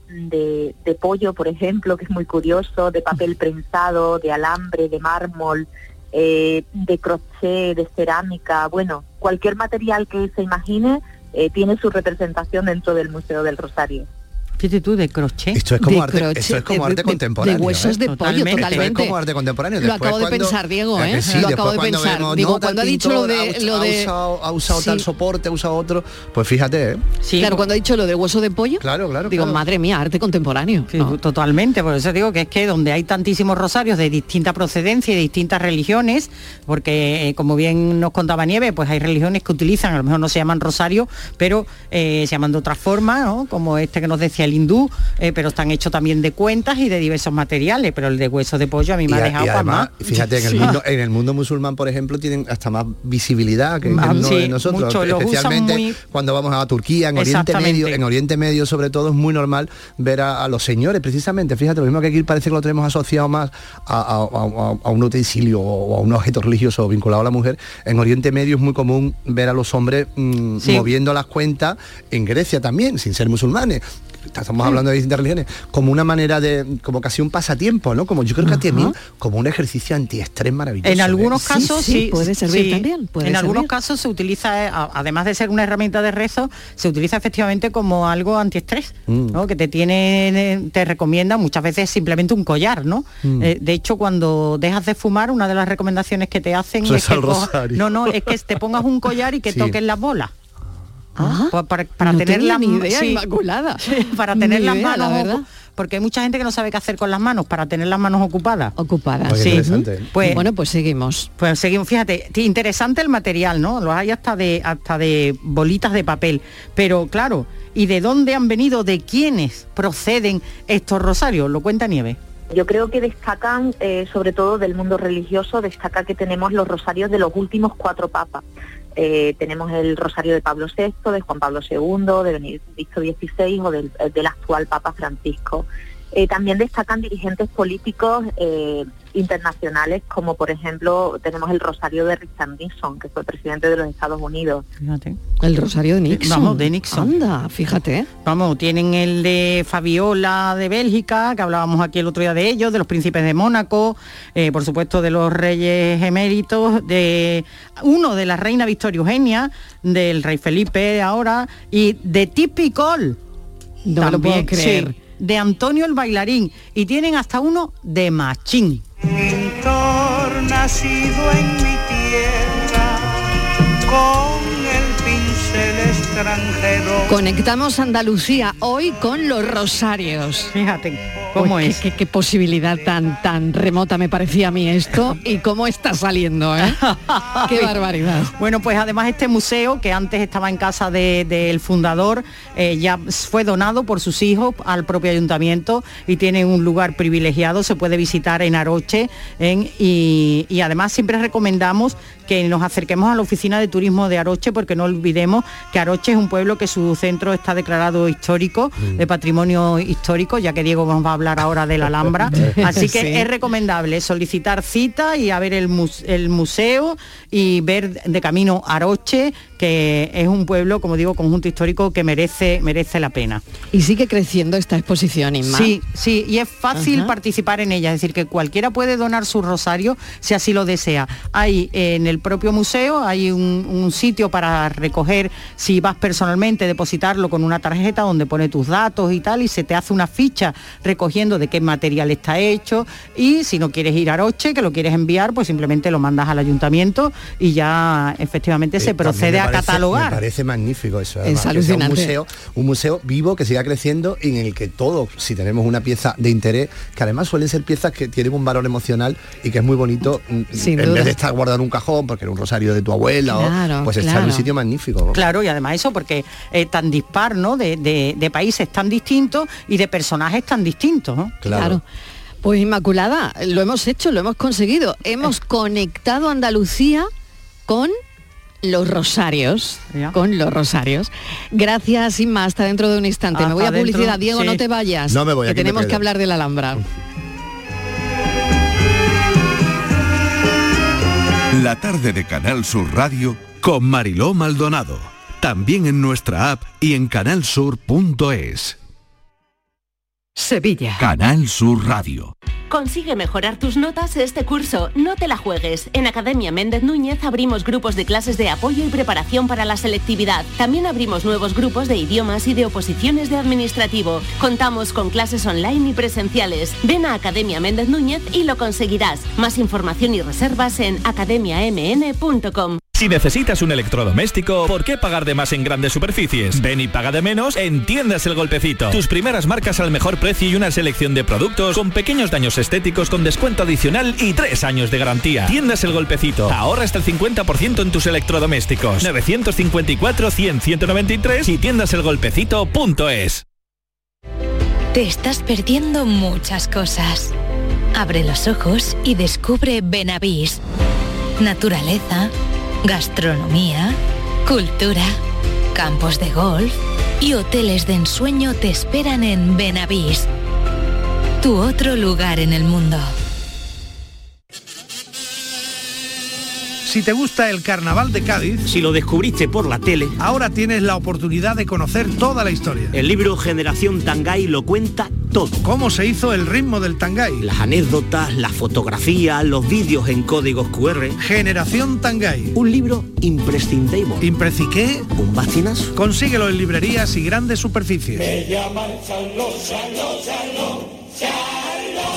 Speaker 20: de pollo, por ejemplo, que es muy curioso, de papel prensado, de alambre, de mármol, de crochet, de cerámica. Bueno, cualquier material que se imagine tiene su representación dentro del Museo del Rosario.
Speaker 18: Fíjate tú, de crochet.
Speaker 19: Esto es como
Speaker 1: De
Speaker 19: arte,
Speaker 1: crochet,
Speaker 19: esto es como arte contemporáneo.
Speaker 1: De huesos de pollo,
Speaker 18: Totalmente.
Speaker 1: totalmente.
Speaker 19: Esto es como arte contemporáneo.
Speaker 1: Lo
Speaker 19: Después
Speaker 1: acabo de
Speaker 19: cuando-
Speaker 1: pensar, Diego, ¿eh?
Speaker 19: Sí,
Speaker 1: Lo acabo de
Speaker 19: después cuando
Speaker 1: pensar.
Speaker 19: vemos,
Speaker 1: Digo,
Speaker 19: no,
Speaker 1: cuando
Speaker 19: tal
Speaker 1: ha dicho lo de...
Speaker 19: pintor ha usado tal soporte, ha usado otro, pues fíjate, ¿eh?
Speaker 18: Sí,
Speaker 1: claro, cuando ha dicho lo de hueso de pollo,
Speaker 19: Claro.
Speaker 1: digo,
Speaker 19: claro.
Speaker 1: madre mía, arte contemporáneo.
Speaker 18: Sí,
Speaker 1: ¿no?
Speaker 18: totalmente, por eso digo que es que donde hay tantísimos rosarios de distinta procedencia y de distintas religiones, porque como bien nos contaba Nieve, pues hay religiones que utilizan, a lo mejor no se llaman rosario, pero se llaman de otra forma, ¿no? Como este que nos decía el hindú, pero están hechos también de cuentas y de diversos materiales, pero el de hueso de pollo a mí me ha dejado
Speaker 19: además,
Speaker 18: pasmado.
Speaker 19: fíjate, en el mundo musulmán, por ejemplo, tienen hasta más visibilidad que
Speaker 18: Sí,
Speaker 19: nosotros,
Speaker 18: mucho, los usan
Speaker 19: especialmente
Speaker 18: muy-
Speaker 19: cuando vamos a Turquía,
Speaker 18: Exactamente.
Speaker 19: en Oriente Medio sobre todo es muy normal ver a los señores, precisamente, fíjate, lo mismo que aquí parece que lo tenemos asociado más a un utensilio o a un objeto religioso vinculado a la mujer. En Oriente Medio es muy común ver a los hombres moviendo las cuentas, en Grecia también, sin ser musulmanes. Estamos hablando de distintas religiones, como una manera de, como casi un pasatiempo, ¿no? Como yo creo que también como un ejercicio antiestrés maravilloso.
Speaker 18: En algunos
Speaker 19: ¿eh?
Speaker 18: casos sí,
Speaker 1: puede servir también.
Speaker 18: En algunos casos se utiliza, además de ser una herramienta de rezo, se utiliza efectivamente como algo antiestrés, ¿no? Que te recomienda muchas veces simplemente un collar, ¿no? De hecho, cuando dejas de fumar, una de las recomendaciones que te hacen
Speaker 19: Reza
Speaker 18: es que
Speaker 19: el rosario.
Speaker 18: es que te pongas un collar y que
Speaker 19: Sí.
Speaker 18: toques las bolas. Pues para
Speaker 1: no
Speaker 18: tener
Speaker 1: tenía
Speaker 18: las
Speaker 1: ni idea,
Speaker 18: sí,
Speaker 1: Inmaculada.
Speaker 18: para tener
Speaker 1: Ni
Speaker 18: las
Speaker 1: idea, la
Speaker 18: manos
Speaker 1: verdad.
Speaker 18: porque hay mucha gente que no sabe qué hacer con las manos, para tener las manos ocupadas.
Speaker 1: Ocupadas.
Speaker 19: Pues qué
Speaker 18: Sí.
Speaker 19: interesante.
Speaker 1: Bueno, pues seguimos.
Speaker 18: Pues seguimos, fíjate, interesante el material, ¿no? Los hay hasta de bolitas de papel. Pero claro, ¿y de dónde han venido? ¿De quiénes proceden estos rosarios? Lo cuenta Nieve.
Speaker 20: Yo creo que destacan, sobre todo del mundo religioso, destaca que tenemos los rosarios de los últimos 4 papas. Tenemos el rosario de Pablo VI, de Juan Pablo II, de Benedicto XVI o del actual Papa Francisco. También destacan dirigentes políticos internacionales, como por ejemplo tenemos el rosario de Richard Nixon, que fue presidente de los Estados Unidos.
Speaker 18: Fíjate.
Speaker 1: El rosario de Nixon.
Speaker 18: Vamos, de Nixon.
Speaker 1: Anda, fíjate.
Speaker 18: Vamos, tienen el de Fabiola de Bélgica, que hablábamos aquí el otro día de ellos, de los príncipes de Mónaco, por supuesto de los reyes eméritos, de uno de la reina Victoria Eugenia, del rey Felipe ahora, y de Tipicol.
Speaker 1: No me lo puedo creer.
Speaker 18: Sí, de Antonio el Bailarín y tienen hasta uno de Machín.
Speaker 3: Pintor nacido en mi tierra, con el pincel extranjero.
Speaker 1: Conectamos Andalucía hoy con los rosarios.
Speaker 18: Fíjate cómo es.
Speaker 1: Qué posibilidad tan remota me parecía a mí esto y cómo está saliendo, ¿eh? Qué barbaridad.
Speaker 18: Bueno, pues además este museo, que antes estaba en casa del fundador, ya fue donado por sus hijos al propio ayuntamiento y tiene un lugar privilegiado, se puede visitar en Aroche, y además siempre recomendamos que nos acerquemos a la oficina de turismo de Aroche, porque no olvidemos que Aroche es un pueblo que su centro está declarado histórico, de patrimonio histórico, ya que Diego nos va a hablar ahora de la Alhambra, así que sí, es recomendable solicitar cita y a ver el museo y ver de camino Aroche, que es un pueblo, como digo, conjunto histórico que merece la pena.
Speaker 1: Y sigue creciendo esta exposición, Inma.
Speaker 18: Sí, y es fácil participar en ella, es decir, que cualquiera puede donar su rosario si así lo desea. Hay en el propio museo, hay un sitio para recoger, si vas personalmente, depositarlo con una tarjeta donde pone tus datos y tal, y se te hace una ficha recogiendo de qué material está hecho, y si no quieres ir a Aroche, que lo quieres enviar, pues simplemente lo mandas al ayuntamiento y ya efectivamente se procede a catalogar.
Speaker 19: Me parece magnífico eso.
Speaker 1: Además, es alucinante.
Speaker 19: Un museo vivo que siga creciendo y en el que todos, si tenemos una pieza de interés, que además suelen ser piezas que tienen un valor emocional y que es muy bonito, en vez de estar guardado en un cajón porque era un rosario de tu abuela, pues está en un sitio magnífico.
Speaker 18: Claro, y además eso porque tan dispar, ¿no? De países tan distintos y de personajes tan distintos, ¿no?
Speaker 1: Claro. Pues Inmaculada, lo hemos hecho, lo hemos conseguido. Hemos conectado Andalucía con los rosarios, Gracias, Inma, hasta dentro de un instante. Me voy a publicidad. Diego, no te vayas,
Speaker 19: no me voy,
Speaker 1: que tenemos que hablar de la Alhambra.
Speaker 2: La tarde de Canal Sur Radio con Mariló Maldonado. También en nuestra app y en canalsur.es.
Speaker 13: Sevilla.
Speaker 2: Canal Sur Radio.
Speaker 21: Consigue mejorar tus notas este curso. No te la juegues. En Academia Méndez Núñez abrimos grupos de clases de apoyo y preparación para la selectividad. También abrimos nuevos grupos de idiomas y de oposiciones de administrativo. Contamos con clases online y presenciales. Ven a Academia Méndez Núñez y lo conseguirás. Más información y reservas en academiamn.com.
Speaker 22: Si necesitas un electrodoméstico, ¿por qué pagar de más en grandes superficies? Ven y paga de menos en Tiendas El Golpecito. Tus primeras marcas al mejor precio y una selección de productos con pequeños daños estéticos con descuento adicional y 3 años de garantía. Tiendas El Golpecito. Ahorra hasta el 50% en tus electrodomésticos. 954-100-193 y tiendaselgolpecito.es.
Speaker 16: Te estás perdiendo muchas cosas. Abre los ojos y descubre Benavís. Naturaleza, gastronomía, cultura, campos de golf y hoteles de ensueño te esperan en Benavís, tu otro lugar en el mundo.
Speaker 23: Si te gusta el Carnaval de Cádiz,
Speaker 24: si lo descubriste por la tele,
Speaker 23: ahora tienes la oportunidad de conocer toda la historia.
Speaker 24: El libro Generación Tangay lo cuenta todo.
Speaker 23: Cómo se hizo el ritmo del Tangay.
Speaker 24: Las anécdotas, las fotografías, los vídeos en códigos QR.
Speaker 23: Generación Tangay.
Speaker 24: Un libro imprescindible.
Speaker 23: ¿Impreciqué?
Speaker 24: Un bastinazo.
Speaker 23: Consíguelo en librerías y grandes superficies.
Speaker 3: Me llaman Chalo, Chalo, Chalo, Chalo.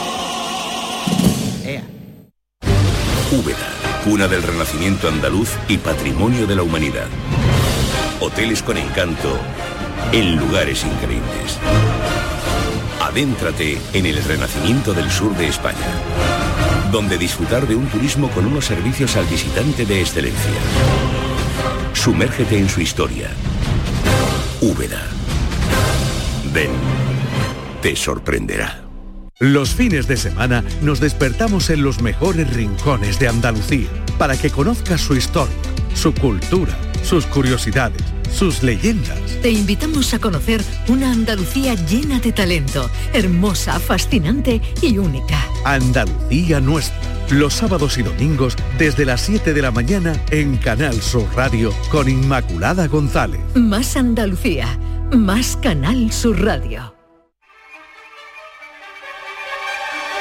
Speaker 12: Úbeda, cuna del renacimiento andaluz y patrimonio de la humanidad. Hoteles con encanto en lugares increíbles. Adéntrate en el renacimiento del sur de España, donde disfrutar de un turismo con unos servicios al visitante de excelencia. Sumérgete en su historia. Úbeda. Ven, te sorprenderá.
Speaker 2: Los fines de semana nos despertamos en los mejores rincones de Andalucía para que conozcas su historia, su cultura, sus curiosidades, sus leyendas.
Speaker 13: Te invitamos a conocer una Andalucía llena de talento, hermosa, fascinante y única.
Speaker 2: Andalucía Nuestra. Los sábados y domingos desde las 7 de la mañana en Canal Sur Radio con Inmaculada González.
Speaker 13: Más Andalucía, más Canal Sur Radio.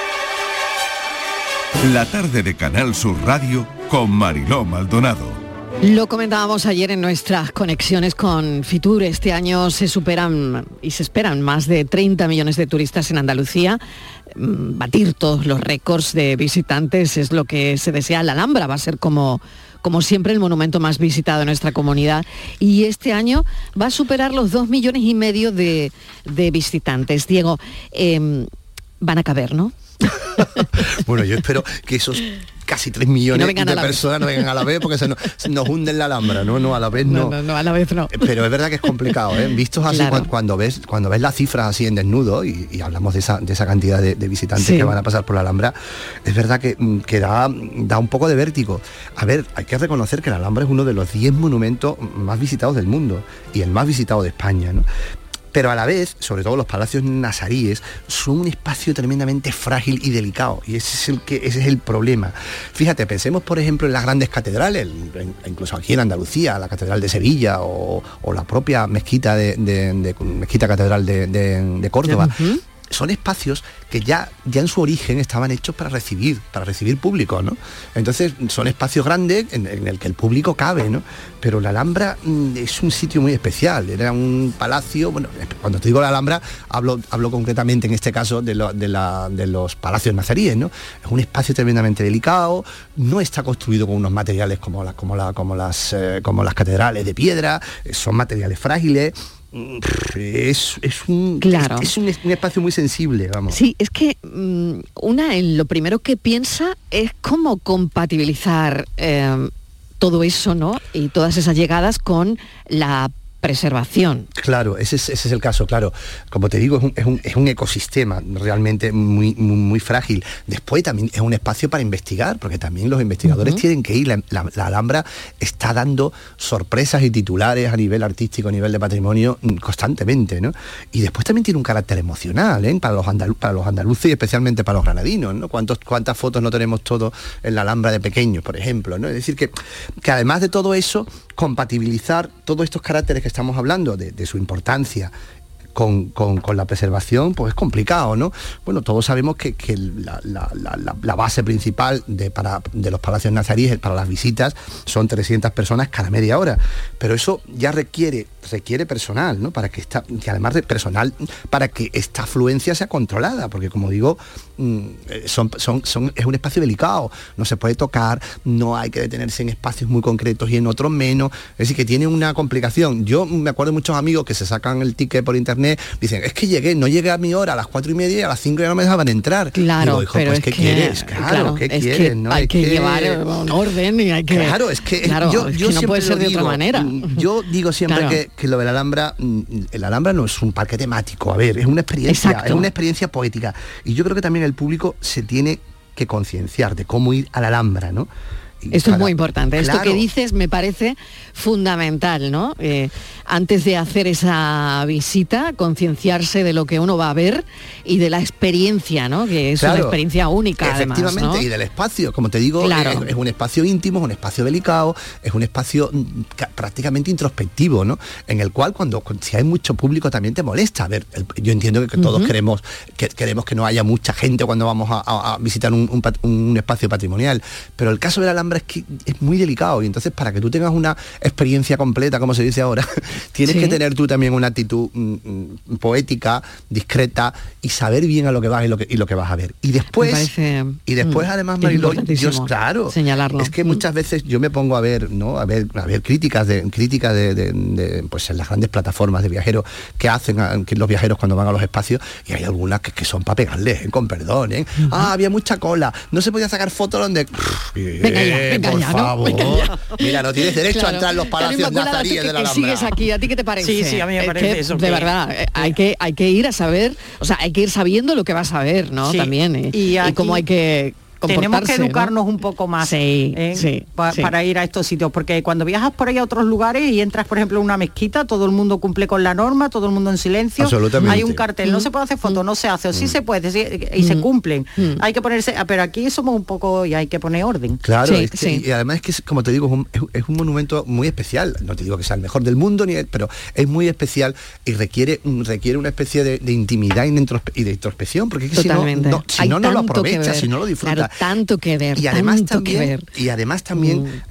Speaker 2: La tarde de Canal Sur Radio con Mariló Maldonado.
Speaker 1: Lo comentábamos ayer en nuestras conexiones con Fitur. Este año se superan y se esperan más de 30 millones de turistas en Andalucía. Batir todos los récords de visitantes es lo que se desea. La Alhambra va a ser como siempre el monumento más visitado en nuestra comunidad, y este año va a superar los 2,5 millones de visitantes. Diego, van a caber, ¿no?
Speaker 19: Bueno, yo espero que esos casi 3 millones de personas no vengan a la vez, porque se nos hunden la Alhambra, ¿no? A la vez no.
Speaker 1: No, a la vez no.
Speaker 19: Pero es verdad que es complicado, ¿eh? Vistos así, claro. cuando ves las cifras así en desnudo, y hablamos de esa cantidad de visitantes que van a pasar por la Alhambra, es verdad que da un poco de vértigo. A ver, hay que reconocer que la Alhambra es uno de los 10 monumentos más visitados del mundo, y el más visitado de España, ¿no? Pero a la vez, sobre todo los palacios nazaríes, son un espacio tremendamente frágil y delicado, y ese es el problema. Fíjate, pensemos por ejemplo en las grandes catedrales, incluso aquí en Andalucía, la Catedral de Sevilla o la propia mezquita mezquita catedral de Córdoba. Uh-huh. Son espacios que ya en su origen estaban hechos para recibir público, ¿no? Entonces son espacios grandes en el que el público cabe, ¿no? Pero la Alhambra es un sitio muy especial, era un palacio, bueno, cuando te digo la Alhambra hablo concretamente en este caso de los palacios nazaríes, ¿no? Es un espacio tremendamente delicado, no está construido con unos materiales como las catedrales de piedra, son materiales frágiles. Es un espacio muy sensible, vamos.
Speaker 1: Sí, es que lo primero que piensa es cómo compatibilizar todo eso, ¿no? Y todas esas llegadas con la preservación.
Speaker 19: Claro, ese es el caso, claro. Como te digo, es un ecosistema realmente muy, muy, muy frágil. Después también es un espacio para investigar, porque también los investigadores tienen que ir. La Alhambra está dando sorpresas y titulares a nivel artístico, a nivel de patrimonio, constantemente, ¿no? Y después también tiene un carácter emocional, ¿eh? Para los andaluces y especialmente para los granadinos, ¿no? ¿Cuántas fotos no tenemos todos en la Alhambra de pequeños, por ejemplo, ¿no? Es decir, que además de todo eso, compatibilizar todos estos caracteres que estamos hablando de su importancia con la preservación, pues es complicado, ¿no? Bueno, todos sabemos que la base principal de los palacios nazaríes para las visitas son 300 personas cada media hora, pero eso ya requiere personal, ¿no? Para que esta afluencia sea controlada, porque como digo, es un espacio delicado, no se puede tocar, no hay que detenerse en espacios muy concretos y en otros menos, es decir, que tiene una complicación. Yo me acuerdo de muchos amigos que se sacan el ticket por internet, dicen, es que no llegué a mi hora a las 4:30 y a las 5 ya no me dejaban entrar.
Speaker 1: Claro,
Speaker 19: digo, hijo,
Speaker 1: pero
Speaker 19: pues,
Speaker 1: es
Speaker 19: ¿qué quieres? Claro, ¿qué quieres? ¿No?
Speaker 1: Hay que llevar un orden y hay que...
Speaker 19: Claro, es que yo
Speaker 1: no puede ser de otra manera.
Speaker 19: Yo digo siempre que lo de la Alhambra, el Alhambra no es un parque temático, a ver, es una experiencia. Exacto. Es una experiencia poética. Y yo creo que también el público se tiene que concienciar de cómo ir a la Alhambra, ¿no?
Speaker 1: Esto es muy importante. Claro. Esto que dices me parece fundamental, ¿no? Antes de hacer esa visita, concienciarse de lo que uno va a ver y de la experiencia, ¿no? Que es una experiencia única,
Speaker 19: efectivamente,
Speaker 1: además, ¿no?
Speaker 19: Y del espacio, como te digo, es un espacio íntimo, es un espacio delicado, es un espacio prácticamente introspectivo, ¿no? En el cual si hay mucho público también te molesta. A ver, yo entiendo que todos queremos que no haya mucha gente cuando vamos a visitar un espacio patrimonial, pero el caso de la Alhambra es que es muy delicado, y entonces para que tú tengas una experiencia completa, como se dice ahora, tienes que tener tú también una actitud poética, discreta, y saber bien a lo que vas y lo que vas a ver. Y después además, Mariló, claro, señalarlo. Es que muchas veces yo me pongo a ver, ¿no? A ver críticas de pues en las grandes plataformas de viajeros que hacen que los viajeros cuando van a los espacios, y hay algunas que son para pegarles, con perdón, ¿eh? Había mucha cola, no se podía sacar fotos donde...
Speaker 1: Venga
Speaker 19: por
Speaker 1: ya,
Speaker 19: favor.
Speaker 1: ¿no?
Speaker 19: Mira, no tienes derecho a entrar en los palacios nazaríes de la Alhambra.
Speaker 1: Sigues aquí, ¿a ti qué te parece?
Speaker 18: Sí, a mí me parece eso.
Speaker 1: De verdad, hay que ir a saber, o sea, hay que ir sabiendo lo que vas a ver, ¿no? Sí. También, y cómo hay que...
Speaker 18: Tenemos que educarnos, ¿no? Un poco más para ir a estos sitios, porque cuando viajas por ahí a otros lugares y entras, por ejemplo, en una mezquita, todo el mundo cumple con la norma, todo el mundo en silencio.
Speaker 19: Absolutamente.
Speaker 18: Hay un cartel, no se puede hacer fotos, no se hace, o sí se puede, y se cumplen. Hay que ponerse, pero aquí somos un poco, y hay que poner orden.
Speaker 19: Claro, y además es que, como te digo, es un monumento muy especial. No te digo que sea el mejor del mundo, pero es muy especial y requiere una especie de intimidad y de introspección, porque es que si no lo aprovechas, si no lo disfrutas.
Speaker 1: Claro, tanto que ver.
Speaker 19: Y además también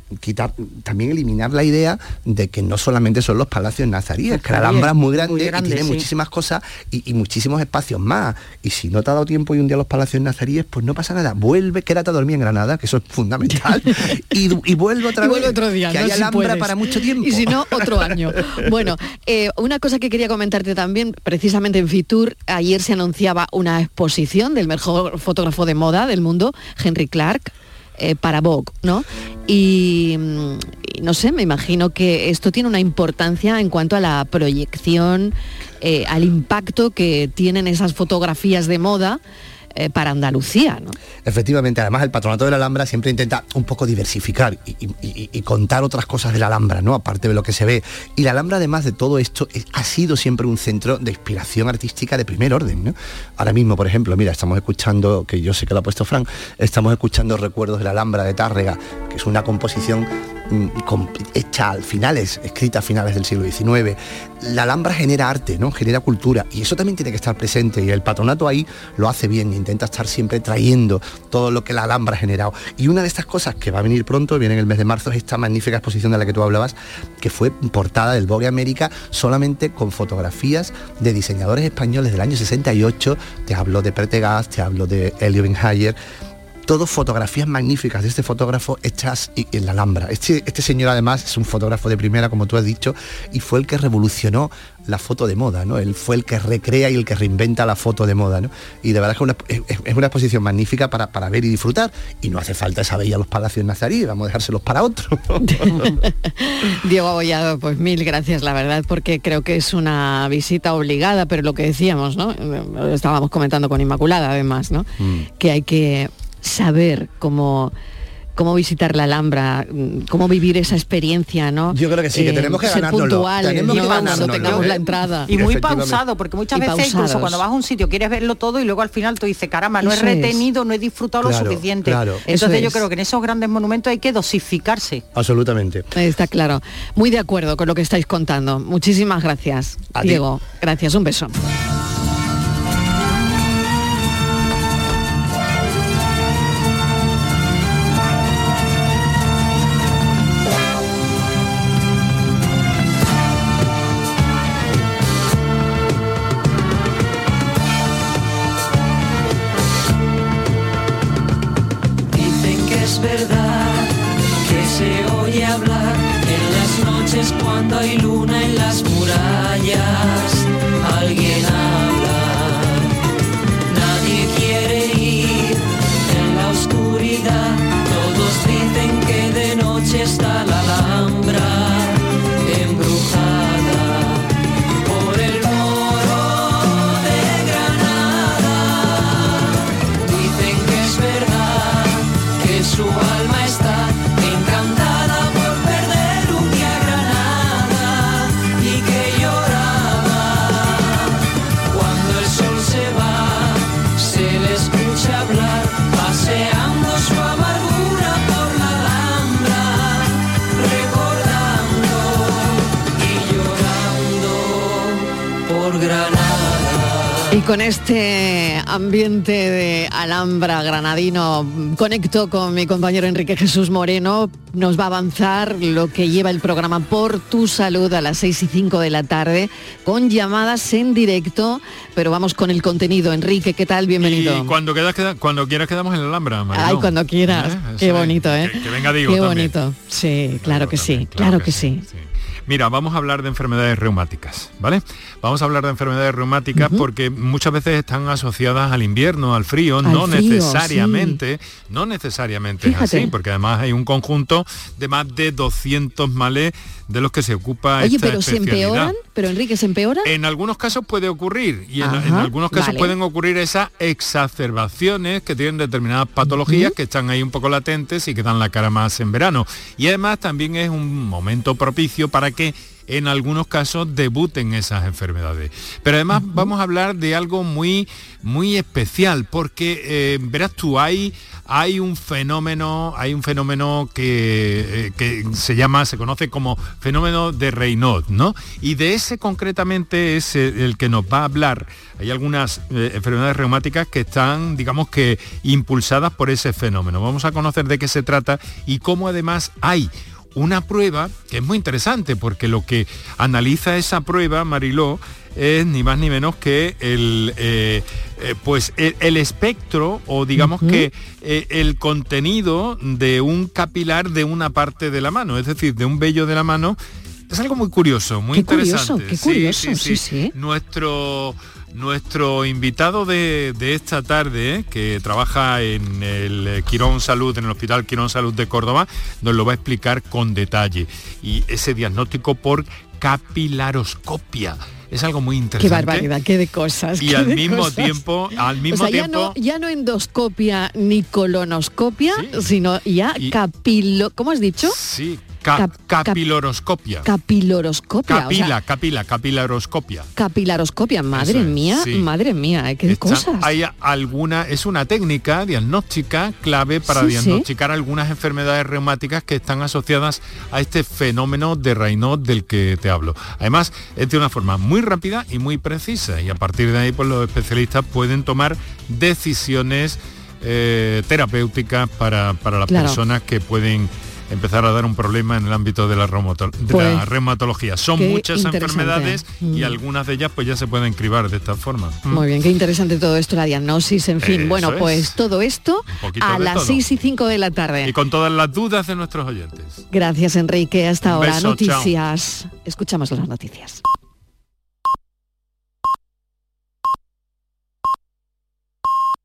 Speaker 19: también eliminar la idea de que no solamente son los palacios nazaríes, que la Alhambra es muy grande y tiene muchísimas cosas y muchísimos espacios más. Y si no te ha dado tiempo y un día los palacios nazaríes, pues no pasa nada. Vuelve, quédate a dormir en Granada, que eso es fundamental. y vuelve otra vez.
Speaker 1: Otro día,
Speaker 19: que
Speaker 1: ¿no?
Speaker 19: haya
Speaker 1: Si
Speaker 19: Alhambra
Speaker 1: puedes.
Speaker 19: para mucho tiempo.
Speaker 1: Y si no, otro año. Bueno, una cosa que quería comentarte también, precisamente en Fitur, ayer se anunciaba una exposición del mejor fotógrafo de moda del mundo, Henry Clark, para Vogue, ¿no? Y no sé, me imagino que esto tiene una importancia en cuanto a la proyección, al impacto que tienen esas fotografías de moda para Andalucía, ¿no?
Speaker 19: Efectivamente, además el Patronato de la Alhambra siempre intenta un poco diversificar y contar otras cosas de la Alhambra, ¿no? Aparte de lo que se ve. Y la Alhambra, además de todo esto, ha sido siempre un centro de inspiración artística de primer orden, ¿no? Ahora mismo, por ejemplo, mira, estamos escuchando, que yo sé que lo ha puesto Fran, estamos escuchando Recuerdos de la Alhambra de Tárrega, que es una composición hecha al finales, escrita a finales del siglo XIX. La Alhambra genera arte, ¿no? Genera cultura, y eso también tiene que estar presente, y el Patronato ahí lo hace bien, intenta estar siempre trayendo todo lo que la Alhambra ha generado. Y una de estas cosas que va a venir pronto, viene en el mes de marzo, es esta magnífica exposición de la que tú hablabas, que fue portada del Vogue América, solamente con fotografías de diseñadores españoles del año 68, te hablo de Pretegaz, te hablo de Helio Benhayer, todo fotografías magníficas de este fotógrafo hechas en la Alhambra. Este señor además es un fotógrafo de primera, como tú has dicho, y fue el que revolucionó la foto de moda, ¿no? Él fue el que recrea y el que reinventa la foto de moda, ¿no? Y de verdad que es una exposición magnífica para ver y disfrutar, y no hace falta esa bella los palacios nazaríes, vamos a dejárselos para otro.
Speaker 1: Diego Abollado, pues mil gracias, la verdad, porque creo que es una visita obligada, pero lo que decíamos, ¿no? Estábamos comentando con Inmaculada, además, ¿no? Que hay que saber cómo visitar la Alhambra, cómo vivir esa experiencia, ¿no?
Speaker 19: Yo creo que sí, que tenemos que ganárnoslo.
Speaker 1: Tenemos que cuando tengamos la entrada.
Speaker 18: Y muy pausado, porque muchas veces incluso cuando vas a un sitio quieres verlo todo y luego al final tú dices, caramba, no he retenido, no he disfrutado lo suficiente. Entonces yo creo que en esos grandes monumentos hay que dosificarse.
Speaker 19: Absolutamente.
Speaker 1: Está claro. Muy de acuerdo con lo que estáis contando. Muchísimas gracias, Diego. Gracias, un beso.
Speaker 3: Es verdad que se oye hablar en las noches cuando hay luna en las murallas. Alguien habla, nadie quiere ir en la oscuridad. Todos dicen que de noche está la Alhambra embrujada por el moro de Granada. Dicen que es verdad que su alma está encantada por perder un día Granada y que lloraba cuando el sol se va, se le escucha hablar paseando su amargura por la Alhambra, recordando y llorando por Granada.
Speaker 1: Y con este ambiente de Alhambra granadino conecto con mi compañero Enrique Jesús Moreno. Nos va a avanzar lo que lleva el programa Por tu Salud a las 6:05 de la tarde, con llamadas en directo, pero vamos con el contenido. Enrique, ¿qué tal? Bienvenido.
Speaker 14: Y cuando quieras quedamos en la Alhambra, Mariló.
Speaker 1: Ay, cuando quieras. Qué bonito, ¿eh?
Speaker 14: Que venga Diego
Speaker 1: Qué
Speaker 14: también.
Speaker 1: bonito. Sí, claro que sí, claro que sí.
Speaker 14: Mira, vamos a hablar de enfermedades reumáticas, ¿vale? Vamos a hablar de enfermedades reumáticas porque muchas veces están asociadas al invierno, al frío, no necesariamente es así, porque además hay un conjunto de más de 200 males de los que se ocupa
Speaker 1: Oye,
Speaker 14: esta
Speaker 1: pero ¿se
Speaker 14: especialidad.
Speaker 1: empeoran? ¿Pero Enrique, se empeoran?
Speaker 14: En algunos casos puede ocurrir y en algunos casos pueden ocurrir esas exacerbaciones que tienen determinadas patologías que están ahí un poco latentes y que dan la cara más en verano. Y además también es un momento propicio para que en algunos casos debuten esas enfermedades. Pero además vamos a hablar de algo muy, muy especial, porque verás tú, hay un fenómeno que se conoce como fenómeno de Raynaud, ¿no? Y de ese concretamente es el que nos va a hablar. Hay algunas enfermedades reumáticas que están, digamos que, impulsadas por ese fenómeno. Vamos a conocer de qué se trata y cómo además hay una prueba que es muy interesante, porque lo que analiza esa prueba, Mariló, es ni más ni menos que el espectro, o digamos que el contenido de un capilar de una parte de la mano, es decir, de un vello de la mano. Es algo muy curioso, muy interesante.
Speaker 1: Qué curioso, sí.
Speaker 14: Nuestro invitado de esta tarde, que trabaja en el Quirón Salud, en el Hospital Quirón Salud de Córdoba, nos lo va a explicar con detalle. Y ese diagnóstico por capilaroscopia es algo muy interesante.
Speaker 1: Qué barbaridad, qué de cosas.
Speaker 14: Y al mismo tiempo,
Speaker 1: ya no endoscopia ni colonoscopia, sino ya ¿cómo has dicho?
Speaker 14: Sí. Capiloroscopia.
Speaker 1: Capiloroscopia.
Speaker 14: Capilaroscopia.
Speaker 1: Capilaroscopia, madre mía, qué cosas.
Speaker 14: Hay es una técnica diagnóstica clave para diagnosticar algunas enfermedades reumáticas que están asociadas a este fenómeno de Raynaud del que te hablo. Además, es de una forma muy rápida y muy precisa, y a partir de ahí pues los especialistas pueden tomar decisiones terapéuticas para las personas que pueden empezar a dar un problema en el ámbito de la reumatología. Son muchas enfermedades y algunas de ellas pues ya se pueden cribar de esta forma.
Speaker 1: Muy bien, qué interesante todo esto, la diagnosis, en fin. Bueno, pues todo esto a las 6:05 de la tarde.
Speaker 14: Y con todas las dudas de nuestros oyentes.
Speaker 1: Gracias, Enrique. Hasta ahora.
Speaker 14: Beso,
Speaker 1: noticias. Chao. Escuchamos las noticias.